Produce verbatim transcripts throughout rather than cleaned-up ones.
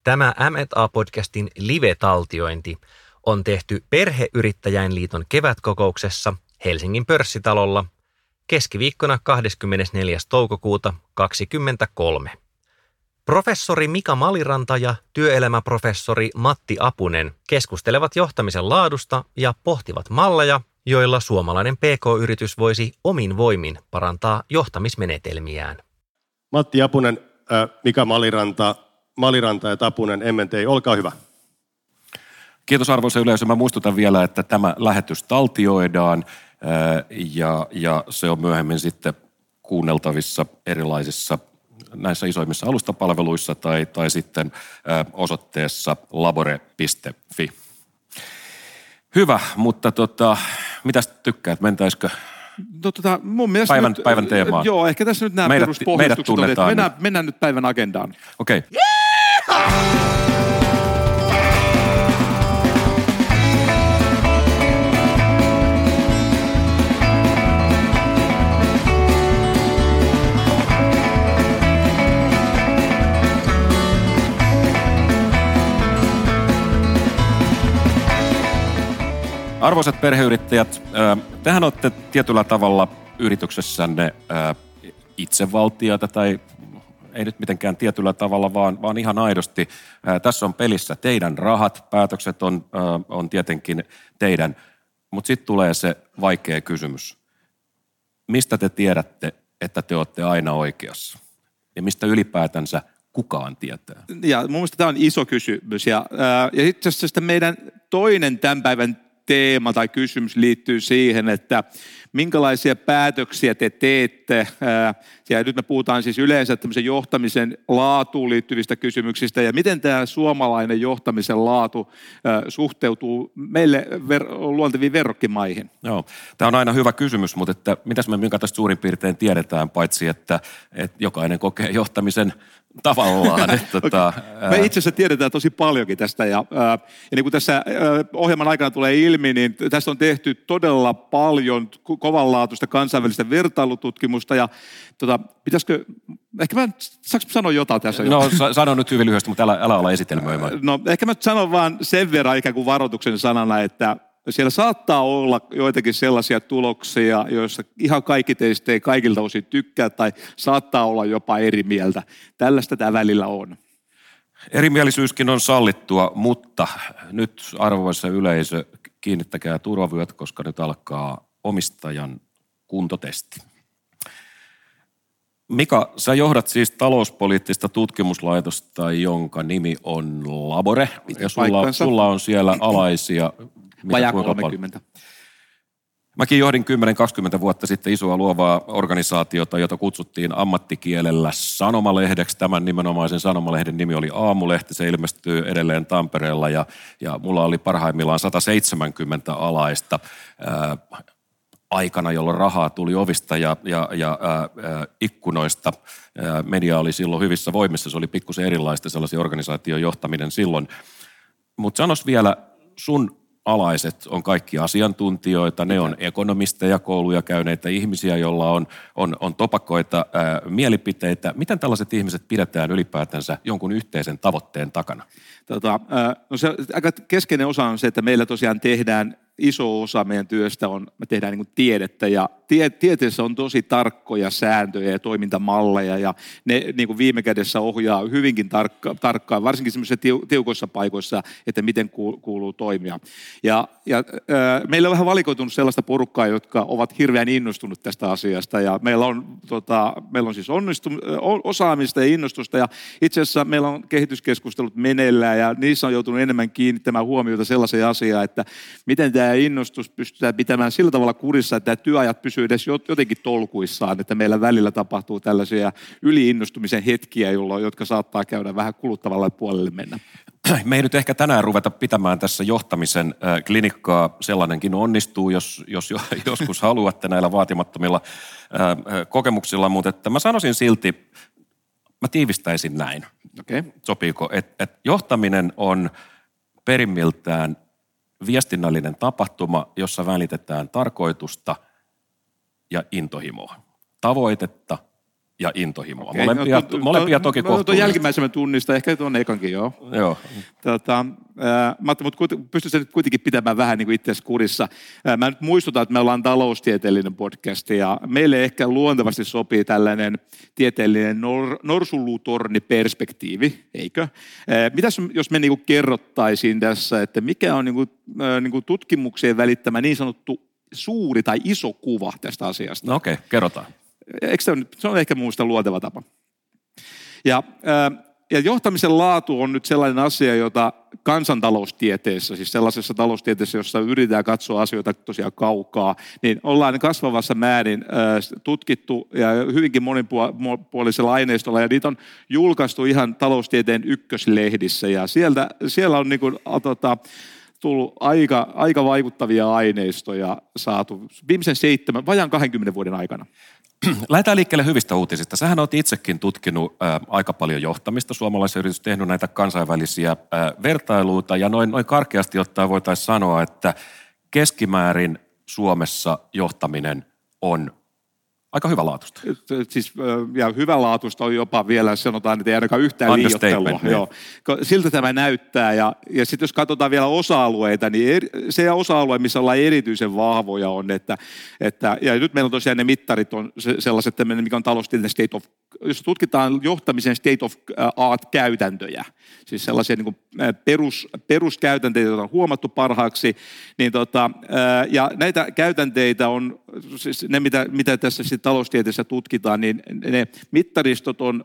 Tämä M and A-podcastin live-taltiointi on tehty Perheyrittäjäinliiton kevätkokouksessa Helsingin pörssitalolla keskiviikkona kahdeskymmenesneljäs toukokuuta kaksikymmentäkolme. Professori Mika Maliranta ja työelämäprofessori Matti Apunen keskustelevat johtamisen laadusta ja pohtivat malleja, joilla suomalainen P K-yritys voisi omin voimin parantaa johtamismenetelmiään. Matti Apunen, Mika Maliranta, Maliranta ja Tapunen, M and A, olkaa hyvä. Kiitos arvoisa yleisö. Mä muistutan vielä, että tämä lähetys taltioidaan ja, ja se on myöhemmin sitten kuunneltavissa erilaisissa näissä isoimmissa alustapalveluissa tai, tai sitten osoitteessa labore piste fi. Hyvä, mutta tota, mitäs tykkäät? Mentäisikö no, tota, mun mielestä päivän, nyt, päivän teemaan? Joo, ehkä tässä nyt nämä meidät, peruspohjustukset meidät on, että mennään, nyt. mennään nyt päivän agendaan. Okei. Okay. Arvoisat perheyrittäjät, tehän olette tietyllä tavalla yrityksessänne itsevaltiota tai ei nyt mitenkään tietyllä tavalla, vaan, vaan ihan aidosti. Tässä on pelissä teidän rahat, päätökset on, on tietenkin teidän, mutta sitten tulee se vaikea kysymys. Mistä te tiedätte, että te olette aina oikeassa? Ja mistä ylipäätänsä kukaan tietää? Ja mun mielestä tämä on iso kysymys. Ja, ja itse asiassa meidän toinen tämän päivän teema tai kysymys liittyy siihen, että minkälaisia päätöksiä te teette. Ja nyt me puhutaan siis yleensä tämmöisen johtamisen laatuun liittyvistä kysymyksistä ja miten tämä suomalainen johtamisen laatu suhteutuu meille ver- luonteviin verrokkimaihin. Joo, tämä on aina hyvä kysymys, mutta että mitäs me minkä tästä suurin piirtein tiedetään, paitsi että, että jokainen kokee johtamisen tavallaan. Että, tota, okay. Me itse asiassa tiedetään tosi paljonkin tästä ja, ää, ja niin kuin tässä ää, ohjelman aikana tulee ilmi, niin tästä on tehty todella paljon kovanlaatuista kansainvälistä vertailututkimusta ja tota, pitäisikö, ehkä mä, saanko sanoa jotain tässä? No sano nyt hyvin lyhyesti, mutta älä, älä olla esitelmöimään. No ehkä mä sanon vaan sen verran ikään kuin varoituksen sanana, että siellä saattaa olla joitakin sellaisia tuloksia, joissa ihan kaikki teistä ei kaikilta osin tykkää tai saattaa olla jopa eri mieltä. Tällaista tämä välillä on. Erimielisyyskin on sallittua, mutta nyt arvoisa yleisö, kiinnittäkää turvavyöt, koska nyt alkaa omistajan kuntotesti. Mika, sä johdat siis talouspoliittista tutkimuslaitosta, jonka nimi on Labore. Ja sulla, sulla on siellä alaisia. Vajaa kolmekymmentä. Mäkin johdin kymmenen kaksikymmentä vuotta sitten isoa luovaa organisaatiota, jota kutsuttiin ammattikielellä sanomalehdeksi. Tämän nimenomaisen sanomalehden nimi oli Aamulehti. Se ilmestyy edelleen Tampereella ja, ja mulla oli parhaimmillaan sata seitsemänkymmentä alaista ää, aikana, jolloin rahaa tuli ovista ja, ja, ja ää, ikkunoista. Ää, media oli silloin hyvissä voimissa. Se oli pikkusen erilaista sellaisen organisaation johtaminen silloin. Mutta sanos vielä sun alaiset on kaikki asiantuntijoita, ne on ekonomisteja, kouluja käyneitä ihmisiä, joilla on, on, on topakoita, ää, mielipiteitä. Miten tällaiset ihmiset pidetään ylipäätänsä jonkun yhteisen tavoitteen takana? Tota, no se aika keskeinen osa on se, että meillä tosiaan tehdään iso osa meidän työstä on, me tehdään niin kuin tiedettä ja tie, tieteessä on tosi tarkkoja sääntöjä ja toimintamalleja ja ne niin kuin viime kädessä ohjaa hyvinkin tarkka, tarkkaan, varsinkin semmoisissa tiukoissa paikoissa, että miten kuuluu toimia. Ja, ja äh, meillä on vähän valikoitunut sellaista porukkaa, jotka ovat hirveän innostunut tästä asiasta ja meillä on, tota, meillä on siis onnistu, osaamista ja innostusta ja itse asiassa meillä on kehityskeskustelut meneillään ja niissä on joutunut enemmän kiinnittämään huomiota sellaiseen asiaan, että miten tämä innostus pystytään pitämään sillä tavalla kurissa, että tämä työajat pysyy edes jotenkin tolkuissaan, että meillä välillä tapahtuu tällaisia yliinnostumisen hetkiä, jolloin, jotka saattaa käydä vähän kuluttavalle puolelle mennä. Me ei nyt ehkä tänään ruveta pitämään tässä johtamisen äh, klinikkaa, sellainenkin onnistuu, jos, jos joskus haluatte näillä vaatimattomilla äh, kokemuksilla, mutta että mä sanoisin silti, mä tiivistäisin näin. Okay. Sopiiko? Että et johtaminen on perimmiltään viestinnällinen tapahtuma, jossa välitetään tarkoitusta ja intohimoa, tavoitetta ja intohimoa. Okei, molempia, no, to, molempia to, toki to, kohtuullisesti. Jälkimmäisen tunnista, ehkä tuon ekankin, joo. Joo. Tota, äh, Matti, mutta pystytkö nyt kuitenkin pitämään vähän niin kuin itseäsi kurissa? Äh, mä nyt muistutan, että me ollaan taloustieteellinen podcast ja meille ehkä luontevasti sopii tällainen tieteellinen nor, norsunluutorniperspektiivi, eikö? Äh, mitäs jos me niin kuin kerrottaisiin tässä, että mikä on niin kuin, äh, niin kuin tutkimukseen välittämä niin sanottu suuri tai iso kuva tästä asiasta? No okei, okay, kerrotaan. Eikö se, on, se on ehkä minusta luonteva tapa. Ja, ja johtamisen laatu on nyt sellainen asia, jota kansantaloustieteessä, siis sellaisessa taloustieteessä, jossa yritetään katsoa asioita tosiaan kaukaa, niin ollaan kasvavassa määrin tutkittu ja hyvinkin monipuolisella aineistolla, ja niitä on julkaistu ihan taloustieteen ykköslehdissä, ja sieltä, siellä on niin kuin, tota, tullut aika, aika vaikuttavia aineistoja saatu viimeisen seitsemän, vajaan kahdenkymmenen vuoden aikana. Lähdetään liikkeelle hyvistä uutisista. Sähän olet itsekin tutkinut ä, aika paljon johtamista. Suomalaisen yritys tehnyt näitä kansainvälisiä ä, vertailuita, ja noin, noin karkeasti ottaen voitaisiin sanoa, että keskimäärin Suomessa johtaminen on aika hyvälaatuista. Siis, ja hyvälaatuista on jopa vielä, sanotaan, että ei ainakaan yhtään liioittelua. Joo. Siltä tämä näyttää. Ja, ja sitten jos katsotaan vielä osa-alueita, niin eri, se osa-alue, missä ollaan erityisen vahvoja on, että, että ja nyt meillä on tosiaan ne mittarit on sellaiset, mikä on taloustieteellinen state of, jos tutkitaan johtamisen state of art-käytäntöjä, siis sellaisia niin kuin perus, peruskäytänteitä, joita on huomattu parhaaksi, niin tota, ja näitä käytänteitä on, siis ne mitä, mitä tässä taloustieteessä tutkitaan, niin ne mittaristot on,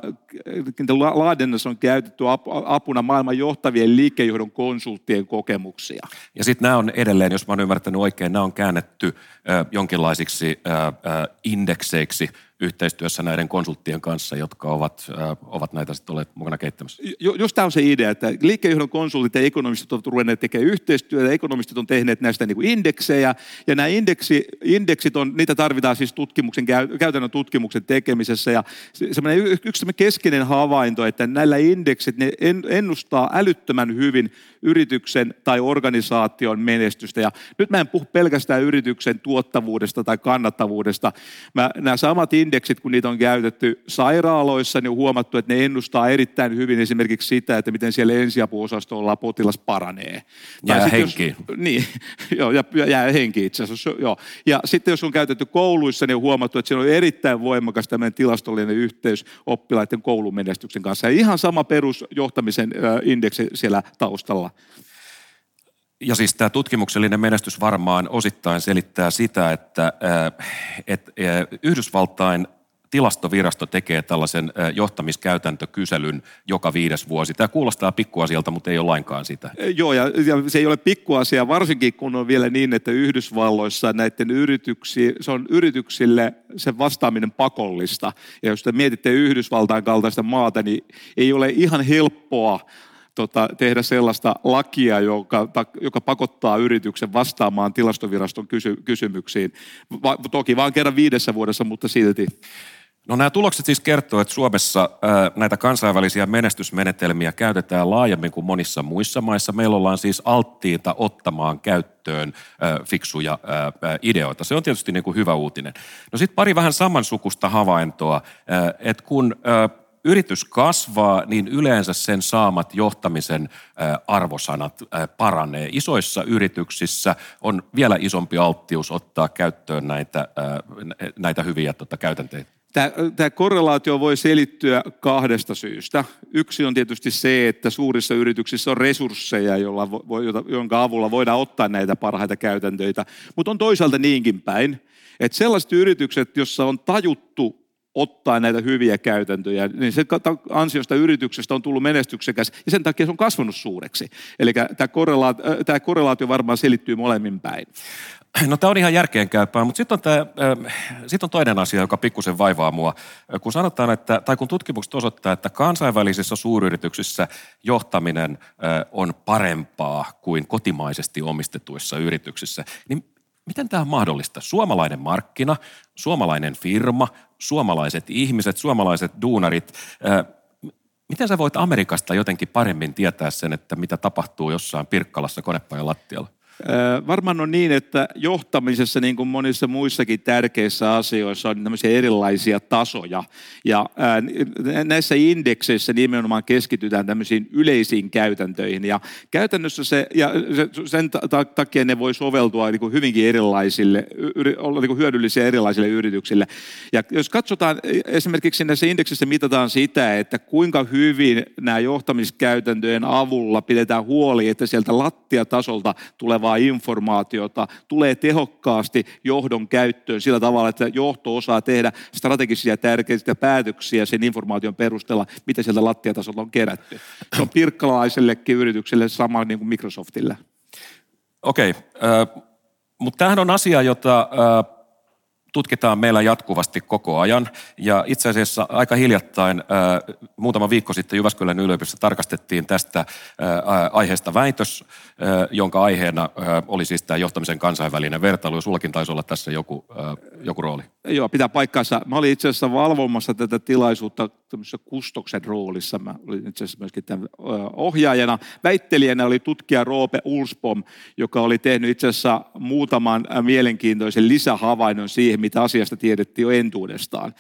äh, laadennassa on käytetty apuna maailman johtavien liikkeenjohdon konsulttien kokemuksia. Ja sitten nämä on edelleen, jos mä oon ymmärtänyt oikein, nämä on käännetty äh, jonkinlaisiksi äh, äh, indekseiksi yhteistyössä näiden konsulttien kanssa, jotka ovat, äh, ovat näitä sitten olleet mukana kehittämässä. Jo, just tämä on se idea, että liikkeenjohdon konsultit ja ekonomistit ovat ruvenneet tekemään yhteistyötä, ekonomistit on tehneet näistä niin kuin indeksejä, ja nämä indeksi, indeksit on, niitä tarvitaan siis tutkimuksen, käytännön tutkimuksen tekemisessä, ja semmoinen yksi semmoinen keskeinen havainto, että näillä indeksit, ne ennustaa älyttömän hyvin yrityksen tai organisaation menestystä, ja nyt mä en puhu pelkästään yrityksen tuottavuudesta tai kannattavuudesta, mä, nämä samat indeksit, kun niitä on käytetty sairaaloissa, niin on huomattu, että ne ennustaa erittäin hyvin esimerkiksi sitä, että miten siellä ensiapuosastolla potilas paranee. Jää henkiin. Niin, joo, ja jää henkiin itse asiassa. Joo. Ja sitten jos on käytetty kouluissa, niin on huomattu, että siellä on erittäin voimakas tämmöinen tilastollinen yhteys oppilaiden koulumenestyksen kanssa. Ja ihan sama perusjohtamisen indeksi siellä taustalla. Ja siis tämä tutkimuksellinen menestys varmaan osittain selittää sitä, että, että Yhdysvaltain tilastovirasto tekee tällaisen johtamiskäytäntökyselyn joka viides vuosi. Tämä kuulostaa pikkuasialta, mutta ei ole lainkaan sitä. Joo, ja, ja se ei ole pikkuasia, varsinkin kun on vielä niin, että Yhdysvalloissa näiden yrityksiä, se on yrityksille se vastaaminen pakollista. Ja jos te mietitte Yhdysvaltain kaltaista maata, niin ei ole ihan helppoa Tota, tehdä sellaista lakia, joka, joka pakottaa yrityksen vastaamaan tilastoviraston kysy, kysymyksiin. Va, toki vaan kerran viidessä vuodessa, mutta silti. No nämä tulokset siis kertoo, että Suomessa ää, näitä kansainvälisiä menestysmenetelmiä käytetään laajemmin kuin monissa muissa maissa. Meillä ollaan siis alttiita ottamaan käyttöön ää, fiksuja ää, ideoita. Se on tietysti niin kuin hyvä uutinen. No sitten pari vähän samansukusta havaintoa, ää, että kun ää, yritys kasvaa, niin yleensä sen saamat johtamisen arvosanat paranee. Isoissa yrityksissä on vielä isompi alttius ottaa käyttöön näitä, näitä hyviä tota, käytänteitä. Tämä, tämä korrelaatio voi selittyä kahdesta syystä. Yksi on tietysti se, että suurissa yrityksissä on resursseja, jolla voi, jonka avulla voidaan ottaa näitä parhaita käytäntöitä, mutta on toisaalta niinkin päin, että sellaiset yritykset, joissa on tajuttu ottaa näitä hyviä käytäntöjä, niin sen ansiosta yrityksestä on tullut menestyksekäs ja sen takia se on kasvanut suureksi. Eli tämä korrelaatio, tämä korrelaatio varmaan selittyy molemmin päin. No tämä on ihan järkeenkäypää, mutta sitten on, tämä, sit on toinen asia, joka pikkusen vaivaa mua. Kun sanotaan, että, tai kun tutkimukset osoittaa, että kansainvälisissä suuryrityksissä johtaminen on parempaa kuin kotimaisesti omistetuissa yrityksissä, niin miten tämä on mahdollista? Suomalainen markkina, suomalainen firma, suomalaiset ihmiset, suomalaiset duunarit. Miten sä voit Amerikasta jotenkin paremmin tietää sen, että mitä tapahtuu jossain Pirkkalassa konepajan lattialla? Varmaan on niin, että johtamisessa niin kuin monissa muissakin tärkeissä asioissa on tämmöisiä erilaisia tasoja. Ja näissä indekseissä nimenomaan keskitytään tämmöisiin yleisiin käytäntöihin. Ja käytännössä se, ja sen takia ne voi soveltua niin kuin hyvinkin erilaisille, olla niin kuin hyödyllisiä erilaisille yrityksille. Ja jos katsotaan esimerkiksi näissä indeksissä mitataan sitä, että kuinka hyvin nämä johtamiskäytäntöjen avulla pidetään huoli, että sieltä lattiatasolta tulevaa informaatiota tulee tehokkaasti johdon käyttöön sillä tavalla, että johto osaa tehdä strategisia tärkeitä päätöksiä sen informaation perusteella, mitä sieltä lattiatasolta on kerätty. Se on pirkkalaisellekin yritykselle sama niin kuin Microsoftille. Okei, äh, mutta tämähän on asia, jota äh, tutkitaan meillä jatkuvasti koko ajan. Ja itse asiassa aika hiljattain, äh, muutama viikko sitten Jyväskylän yliopistossa tarkastettiin tästä äh, aiheesta väitös, äh, jonka aiheena äh, oli siis tämä johtamisen kansainvälinen vertailu. Sullakin taisi olla tässä joku, äh, joku rooli. Joo, pitää paikkaansa. Mä olin itse asiassa valvomassa tätä tilaisuutta tämmöisessä kustoksen roolissa. Mä olin itse asiassa myöskin tämän ohjaajana. Väittelijänä oli tutkija Roope Ulsbom, joka oli tehnyt itse asiassa muutaman mielenkiintoisen lisähavainnon siihen, mitä asiasta tiedettiin jo entuudestaan.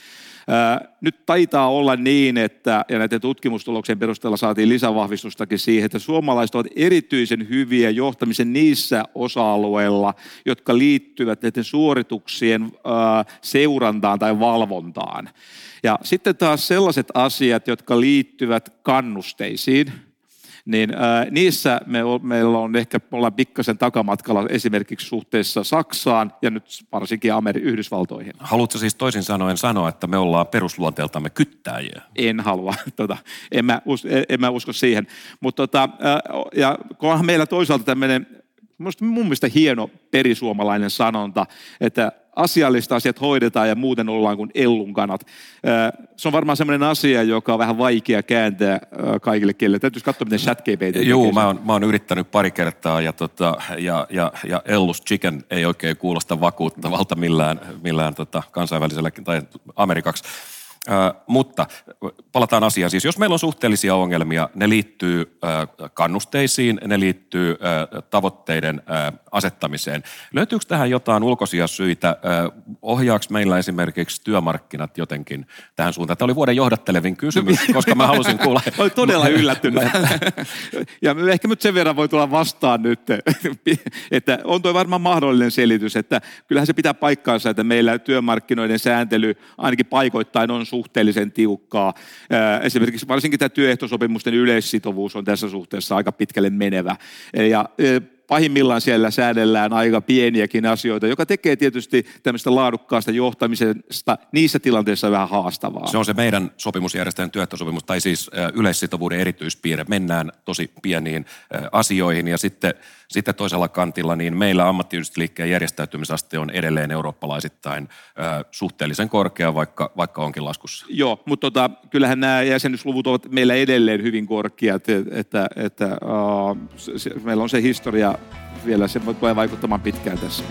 Nyt taitaa olla niin, että, ja näiden tutkimustuloksien perusteella saatiin lisävahvistustakin siihen, että suomalaiset ovat erityisen hyviä johtamisen niissä osa-alueilla, jotka liittyvät näiden suorituksien seurantaan tai valvontaan. Ja sitten taas sellaiset asiat, jotka liittyvät kannusteisiin, niin ää, niissä me, meillä on ehkä, me ollaan pikkasen takamatkalla esimerkiksi suhteessa Saksaan ja nyt varsinkin Ameri- Yhdysvaltoihin. Haluatko siis toisin sanoen sanoa, että me ollaan perusluonteeltamme kyttääjiä? En halua, tota, en, mä us, en mä usko siihen. Mutta tota, ja onhan meillä toisaalta tämmöinen, mun mielestä hieno perisuomalainen sanonta, että asiallista asiat hoidetaan ja muuten ollaan kuin ellunkanat. Se on varmaan semmoinen asia, joka on vähän vaikea kääntää kaikille kielille. Täytyisi katsoa, miten ChatGPT. Joo, mä oon, mä oon yrittänyt pari kertaa ja, tota, ja, ja, ja Ellus Chicken ei oikein kuulosta vakuuttavalta millään, millään tota, kansainvälisellä tai Amerikaksi. Äh, mutta palataan asiaan. Siis jos meillä on suhteellisia ongelmia, ne liittyy äh, kannusteisiin, ne liittyy äh, tavoitteiden äh, asettamiseen. Löytyykö tähän jotain ulkoisia syitä? Äh, ohjaako meillä esimerkiksi työmarkkinat jotenkin tähän suuntaan? Tämä oli vuoden johdattelevin kysymys, koska mä halusin kuulla. Olen todella yllättynyt. Ja ehkä nyt sen verran voi tulla vastaan nyt, että on tuo varmaan mahdollinen selitys, että kyllähän se pitää paikkaansa, että meillä työmarkkinoiden sääntely ainakin paikoittain on suhteellisen tiukkaa. Esimerkiksi varsinkin tämä työehtosopimusten yleissitovuus on tässä suhteessa aika pitkälle menevä. Ja pahimmillaan siellä säädellään aika pieniäkin asioita, joka tekee tietysti tämmöistä laadukkaasta johtamisesta niissä tilanteissa vähän haastavaa. Se on se meidän sopimusjärjestäjän työehtosopimus, tai siis yleissitovuuden erityispiirre. Mennään tosi pieniin asioihin, ja sitten, sitten toisella kantilla niin meillä ammattiyhdistysliikkeen järjestäytymisaste on edelleen eurooppalaisittain suhteellisen korkea, vaikka, vaikka onkin laskussa. Joo, mutta tota, kyllähän nämä jäsenyysluvut ovat meillä edelleen hyvin korkeat, että, että, että uh, se, meillä on se historia vielä, se tulee vaikuttamaan pitkään tässä.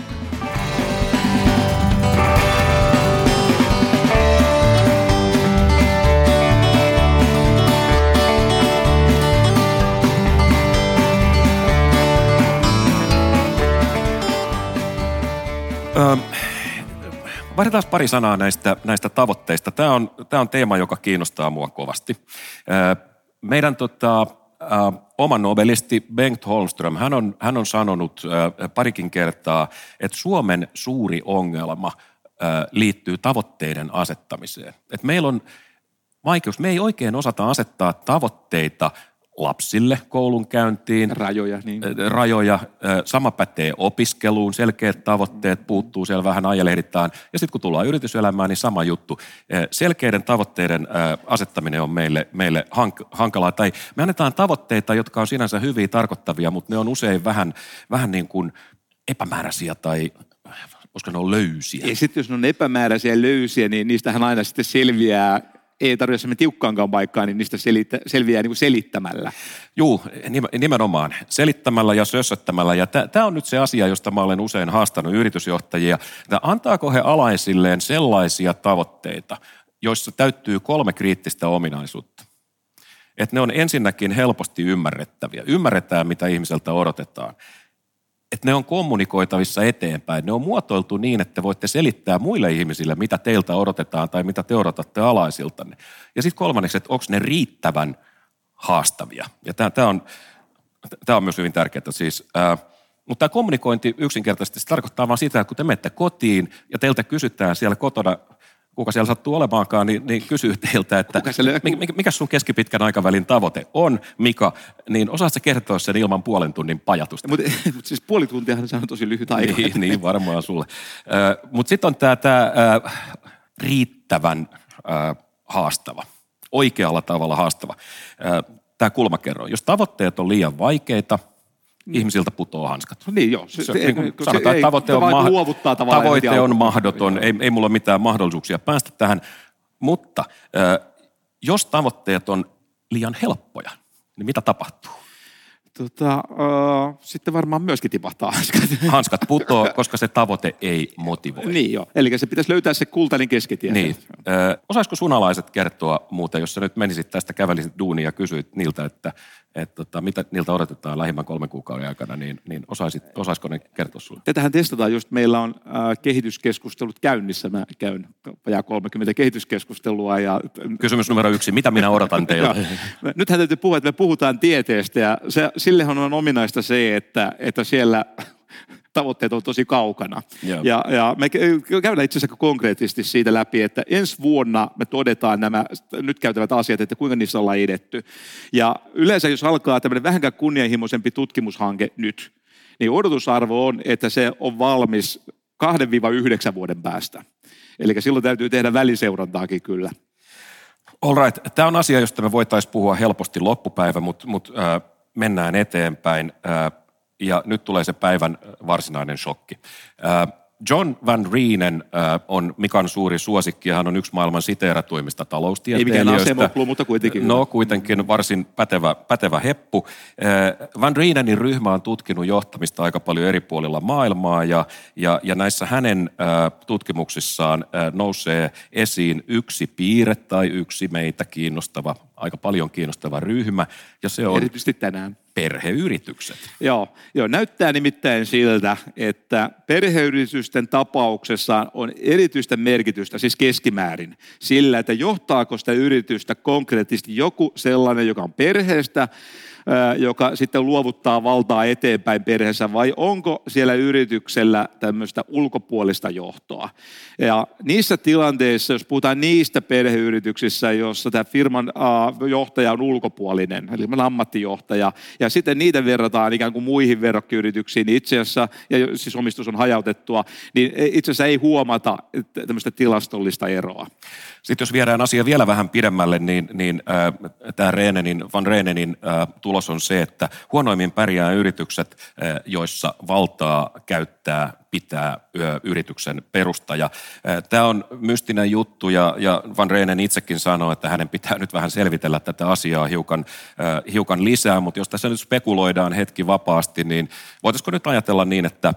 Öö, vaihdetaan pari sanaa näistä, näistä tavoitteista. Tämä on, tämä on teema, joka kiinnostaa mua kovasti. Öö, meidän tota, Äh, oma nobelisti Bengt Holmström, hän on, hän on sanonut äh, parikin kertaa, että Suomen suuri ongelma äh, liittyy tavoitteiden asettamiseen. Et meillä on vaikeus, me ei oikein osata asettaa tavoitteita lapsille koulunkäyntiin. Rajoja. Niin. Rajoja. Sama pätee opiskeluun, selkeät tavoitteet puuttuu, siellä vähän ajelehditaan. Ja sitten kun tullaan yrityselämään, niin sama juttu. Selkeiden tavoitteiden asettaminen on meille, meille hank- hankalaa. Tai me annetaan tavoitteita, jotka on sinänsä hyviä tarkoittavia, mutta ne on usein vähän, vähän niin kuin epämääräisiä tai koska ne on löysiä. Ja sitten jos ne on epämääräisiä ja löysiä, niin niistähän aina sitten selviää, ei tarvitse semmoinen tiukkaankaan paikkaa, niin niistä selitä, selviää niin kuin selittämällä. Juu, nimenomaan. Selittämällä ja sössöttämällä. Ja tämä on nyt se asia, josta mä olen usein haastanut yritysjohtajia. Että antaako he alaisilleen sellaisia tavoitteita, joissa täyttyy kolme kriittistä ominaisuutta. Että ne on ensinnäkin helposti ymmärrettäviä. Ymmärretään, mitä ihmiseltä odotetaan. että ne on kommunikoitavissa eteenpäin. Ne on muotoiltu niin, että voitte selittää muille ihmisille, mitä teiltä odotetaan tai mitä te odotatte alaisiltanne. Ja sitten kolmanneksi, että onko ne riittävän haastavia. Ja tämä on, tää on myös hyvin tärkeää. Siis, ää, mutta tämä kommunikointi yksinkertaisesti se tarkoittaa vaan sitä, että kun te menette kotiin ja teiltä kysytään siellä kotona, kuka siellä sattuu olemaankaan, niin, niin kysyy teiltä, että mikä, mikä sun keskipitkän aikavälin tavoite on, Mika, niin osaatko kertoa sen ilman puolen tunnin pajatusta? Mutta mut siis puoli tuntiahan se on tosi lyhyt aika. Niin, niin varmaan sulle. Uh, mutta sitten on tämä uh, riittävän uh, haastava, oikealla tavalla haastava. Uh, tämä kulmakerro. Jos tavoitteet on liian vaikeita, Mm. ihmisiltä putoaa hanskat. No niin joo. Se, se, se, niin kuin sanotaan, että tavoite, on, ma- tavoite on mahdoton, ei, ei mulla ole mitään mahdollisuuksia päästä tähän, mutta äh, jos tavoitteet on liian helppoja, niin mitä tapahtuu? Tota, äh, sitten varmaan myöskin tipahtaa hanskat. Hanskat putoo, koska se tavoite ei motivoi. Niin joo, eli se pitäisi löytää se kultainen keskitie. Niin. Äh, osaisiko sunalaiset kertoa muuten, jos sä nyt menisit tästä, kävelisit duunia ja kysyit niiltä, että et, tota, mitä niiltä odotetaan lähimmän kolmen kuukauden aikana, niin, niin osaisit, osaisiko ne kertoa sinulle? Tätähän testataan just, meillä on äh, kehityskeskustelut käynnissä, mä käyn vajaa kolmekymmentä kehityskeskustelua. Ja... Kysymys numero yksi, mitä minä odotan teiltä? Nythän täytyy puhua, että me puhutaan tieteestä ja se, sillehän on ominaista se, että, että siellä... tavoitteet on tosi kaukana. Yeah. Ja, ja me käydään itse asiassa konkreettisesti siitä läpi, että ensi vuonna me todetaan nämä nyt käytävät asiat, että kuinka niissä ollaan edetty. Ja yleensä jos alkaa tämmöinen vähänkään kunnianhimoisempi tutkimushanke nyt, niin odotusarvo on, että se on valmis kahdesta yhdeksään vuoden päästä. Eli silloin täytyy tehdä väliseurantaakin kyllä. All right. Tämä on asia, josta me voitaisiin puhua helposti loppupäivä, mutta, mutta äh, mennään eteenpäin. Äh, Ja nyt tulee se päivän varsinainen shokki. John Van Reenen on Mikan suuri suosikki ja hän on yksi maailman siteeratuimmista taloustieteilijöistä. Ei mikään asemoplu, mutta kuitenkin. No kuitenkin varsin pätevä, pätevä heppu. Van Reenenin ryhmä on tutkinut johtamista aika paljon eri puolilla maailmaa ja, ja, ja näissä hänen tutkimuksissaan nousee esiin yksi piirre tai yksi meitä kiinnostava, aika paljon kiinnostava ryhmä ja se on... Erityisesti tänään. Perheyritykset. Joo, joo, näyttää nimittäin siltä, että perheyritysten tapauksessa on erityistä merkitystä, siis keskimäärin, sillä, että johtaako sitä yritystä konkreettisesti joku sellainen, joka on perheestä, joka sitten luovuttaa valtaa eteenpäin perheessä, vai onko siellä yrityksellä tämmöistä ulkopuolista johtoa. Ja niissä tilanteissa, jos puhutaan niistä perheyrityksissä, jossa tämä firman johtaja on ulkopuolinen, eli ammattijohtaja, ja sitten niitä verrataan ikään kuin muihin verrokkiyrityksiin, niin itse asiassa, ja siis omistus on hajautettua, niin itse asiassa ei huomata tämmöistä tilastollista eroa. Sitten jos viedään asia vielä vähän pidemmälle, niin, niin äh, tämä Reenenin, Van Reenenin äh, tulos on se, että huonoimmin pärjää yritykset, äh, joissa valtaa käyttää, pitää äh, yrityksen perustaja. Äh, tämä on mystinen juttu ja, ja Van Reenen itsekin sanoo, että hänen pitää nyt vähän selvitellä tätä asiaa hiukan, äh, hiukan lisää, mutta jos tässä nyt spekuloidaan hetki vapaasti, niin voitaisiko nyt ajatella niin, että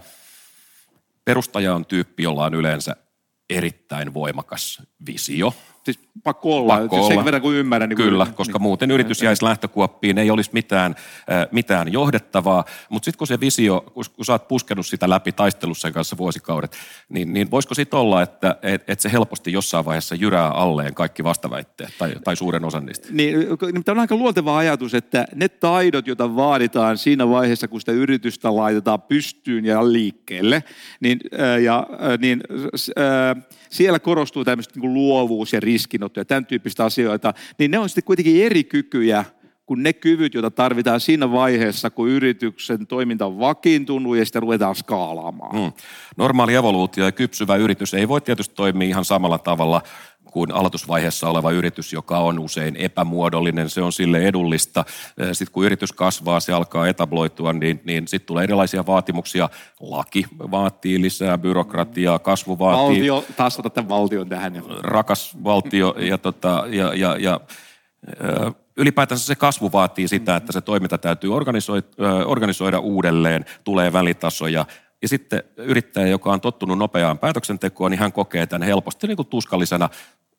perustaja on tyyppi, jolla on yleensä erittäin voimakas visio. Siis pakko olla, pakko olla. Sen verran kuin ymmärrän. Niin Kyllä, kuin, koska niin, muuten yritys jäisi lähtökuoppiin, ei olisi mitään, äh, mitään johdettavaa, mutta sitten kun se visio, kun, kun sä oot puskenut sitä läpi taistelussa sen kanssa vuosikaudet, niin, niin voisiko sitten olla, että et, et se helposti jossain vaiheessa jyrää alleen kaikki vastaväitteet tai, tai suuren osan niistä? Niin, tämä on aika luonteva ajatus, että ne taidot, joita vaaditaan siinä vaiheessa, kun sitä yritystä laitetaan pystyyn ja liikkeelle, niin, äh, ja, äh, niin äh, siellä korostuu tämmöistä niin kuin luovuus ja riskinotto ja tämän tyyppistä asioita, niin ne on sitten kuitenkin eri kykyjä kuin ne kyvyt, joita tarvitaan siinä vaiheessa, kun yrityksen toiminta on vakiintunut ja sitä ruvetaan skaalaamaan. Hmm. Normaali evoluutio ja kypsyvä yritys ei voi tietysti toimia ihan samalla tavalla kuin aloitusvaiheessa oleva yritys, joka on usein epämuodollinen, se on sille edullista. Sitten kun yritys kasvaa, se alkaa etabloitua, niin, niin sitten tulee erilaisia vaatimuksia. Laki vaatii lisää byrokratiaa, kasvu vaatii... Valtio, taas otat tämän valtion tähän. Rakas valtio ja, tota, ja, ja, ja ylipäätänsä se kasvu vaatii sitä, että se toiminta täytyy organisoida, organisoida uudelleen, tulee välitasoja. Ja sitten yrittäjä, joka on tottunut nopeaan päätöksentekoon, niin hän kokee tämän helposti niin kuin tuskallisena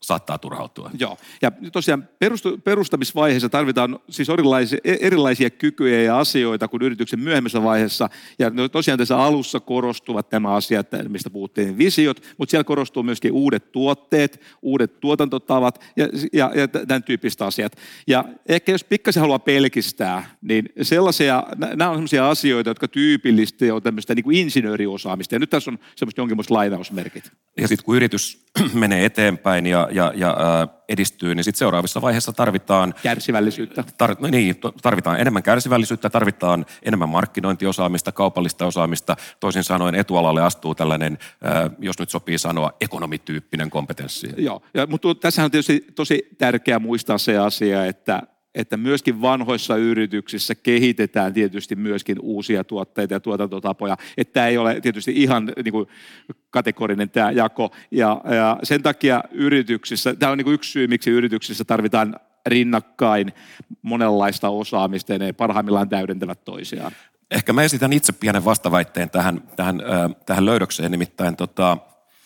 saattaa turhautua. Joo, ja tosiaan perustamisvaiheessa tarvitaan siis erilaisia, erilaisia kykyjä ja asioita kuin yrityksen myöhemmässä vaiheessa, ja tosiaan tässä alussa korostuvat nämä asiat, mistä puhuttiin, visiot, mutta siellä korostuu myöskin uudet tuotteet, uudet tuotantotavat ja, ja, ja tämän tyyppiset asiat. Ja ehkä jos pikkasen haluaa pelkistää, niin sellaisia, nämä on sellaisia asioita, jotka tyypillisesti on tämmöistä niin kuin insinööriosaamista, ja nyt tässä on semmoista jonkinlaista lainausmerkit. Ja sitten kun yritys menee eteenpäin ja, ja, ja edistyy, niin sitten seuraavissa vaiheissa tarvitaan kärsivällisyyttä. Tar, no niin, tarvitaan enemmän kärsivällisyyttä, tarvitaan enemmän markkinointiosaamista, kaupallista osaamista. Toisin sanoen etualalle astuu tällainen, jos nyt sopii sanoa, ekonomityyppinen kompetenssi. Joo, ja, mutta tässähän on tietysti tosi tärkeää muistaa se asia, että että myöskin vanhoissa yrityksissä kehitetään tietysti myöskin uusia tuotteita ja tuotantotapoja. Että tämä ei ole tietysti ihan niin kuin kategorinen tämä jako. Ja, ja sen takia yrityksissä, tämä on niin kuin yksi syy, miksi yrityksissä tarvitaan rinnakkain monenlaista osaamista ja ne parhaimmillaan täydentävät toisiaan. Ehkä mä esitän itse pienen vastaväitteen tähän, tähän, äh, tähän löydökseen, nimittäin tota,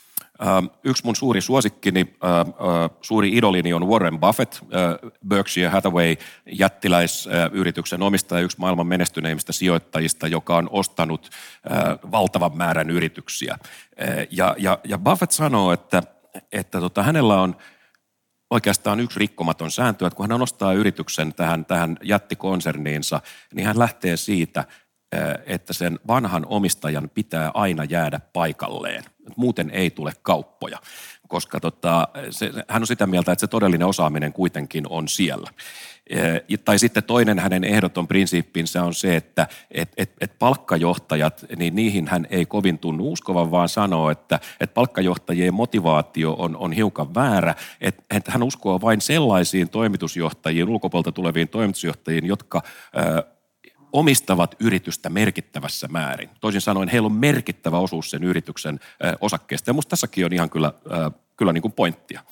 yksi mun suuri suosikkini, suuri idolini on Warren Buffett, Berkshire Hathaway jättiläisyrityksen omistaja, yksi maailman menestyneimmistä sijoittajista, joka on ostanut valtavan määrän yrityksiä. Ja, ja, ja Buffett sanoo, että, että tota, hänellä on oikeastaan yksi rikkomaton sääntö, että kun hän ostaa yrityksen tähän, tähän jättikonserniinsa, niin hän lähtee siitä, että sen vanhan omistajan pitää aina jäädä paikalleen. Muuten ei tule kauppoja, koska tota, se, hän on sitä mieltä, että se todellinen osaaminen kuitenkin on siellä. E, tai sitten toinen hänen ehdoton prinsiippinsä on se, että et, et, et palkkajohtajat, niin niihin hän ei kovin tunnu uskovan, vaan sanoo, että et palkkajohtajien motivaatio on, on hiukan väärä. Että et hän uskoo vain sellaisiin toimitusjohtajiin, ulkopuolelta tuleviin toimitusjohtajiin, jotka Ää, omistavat yritystä merkittävässä määrin. Toisin sanoen heillä on merkittävä osuus sen yrityksen äh, osakkeesta. Ja musta tässäkin on ihan kyllä, äh, kyllä niin kuin pointtia.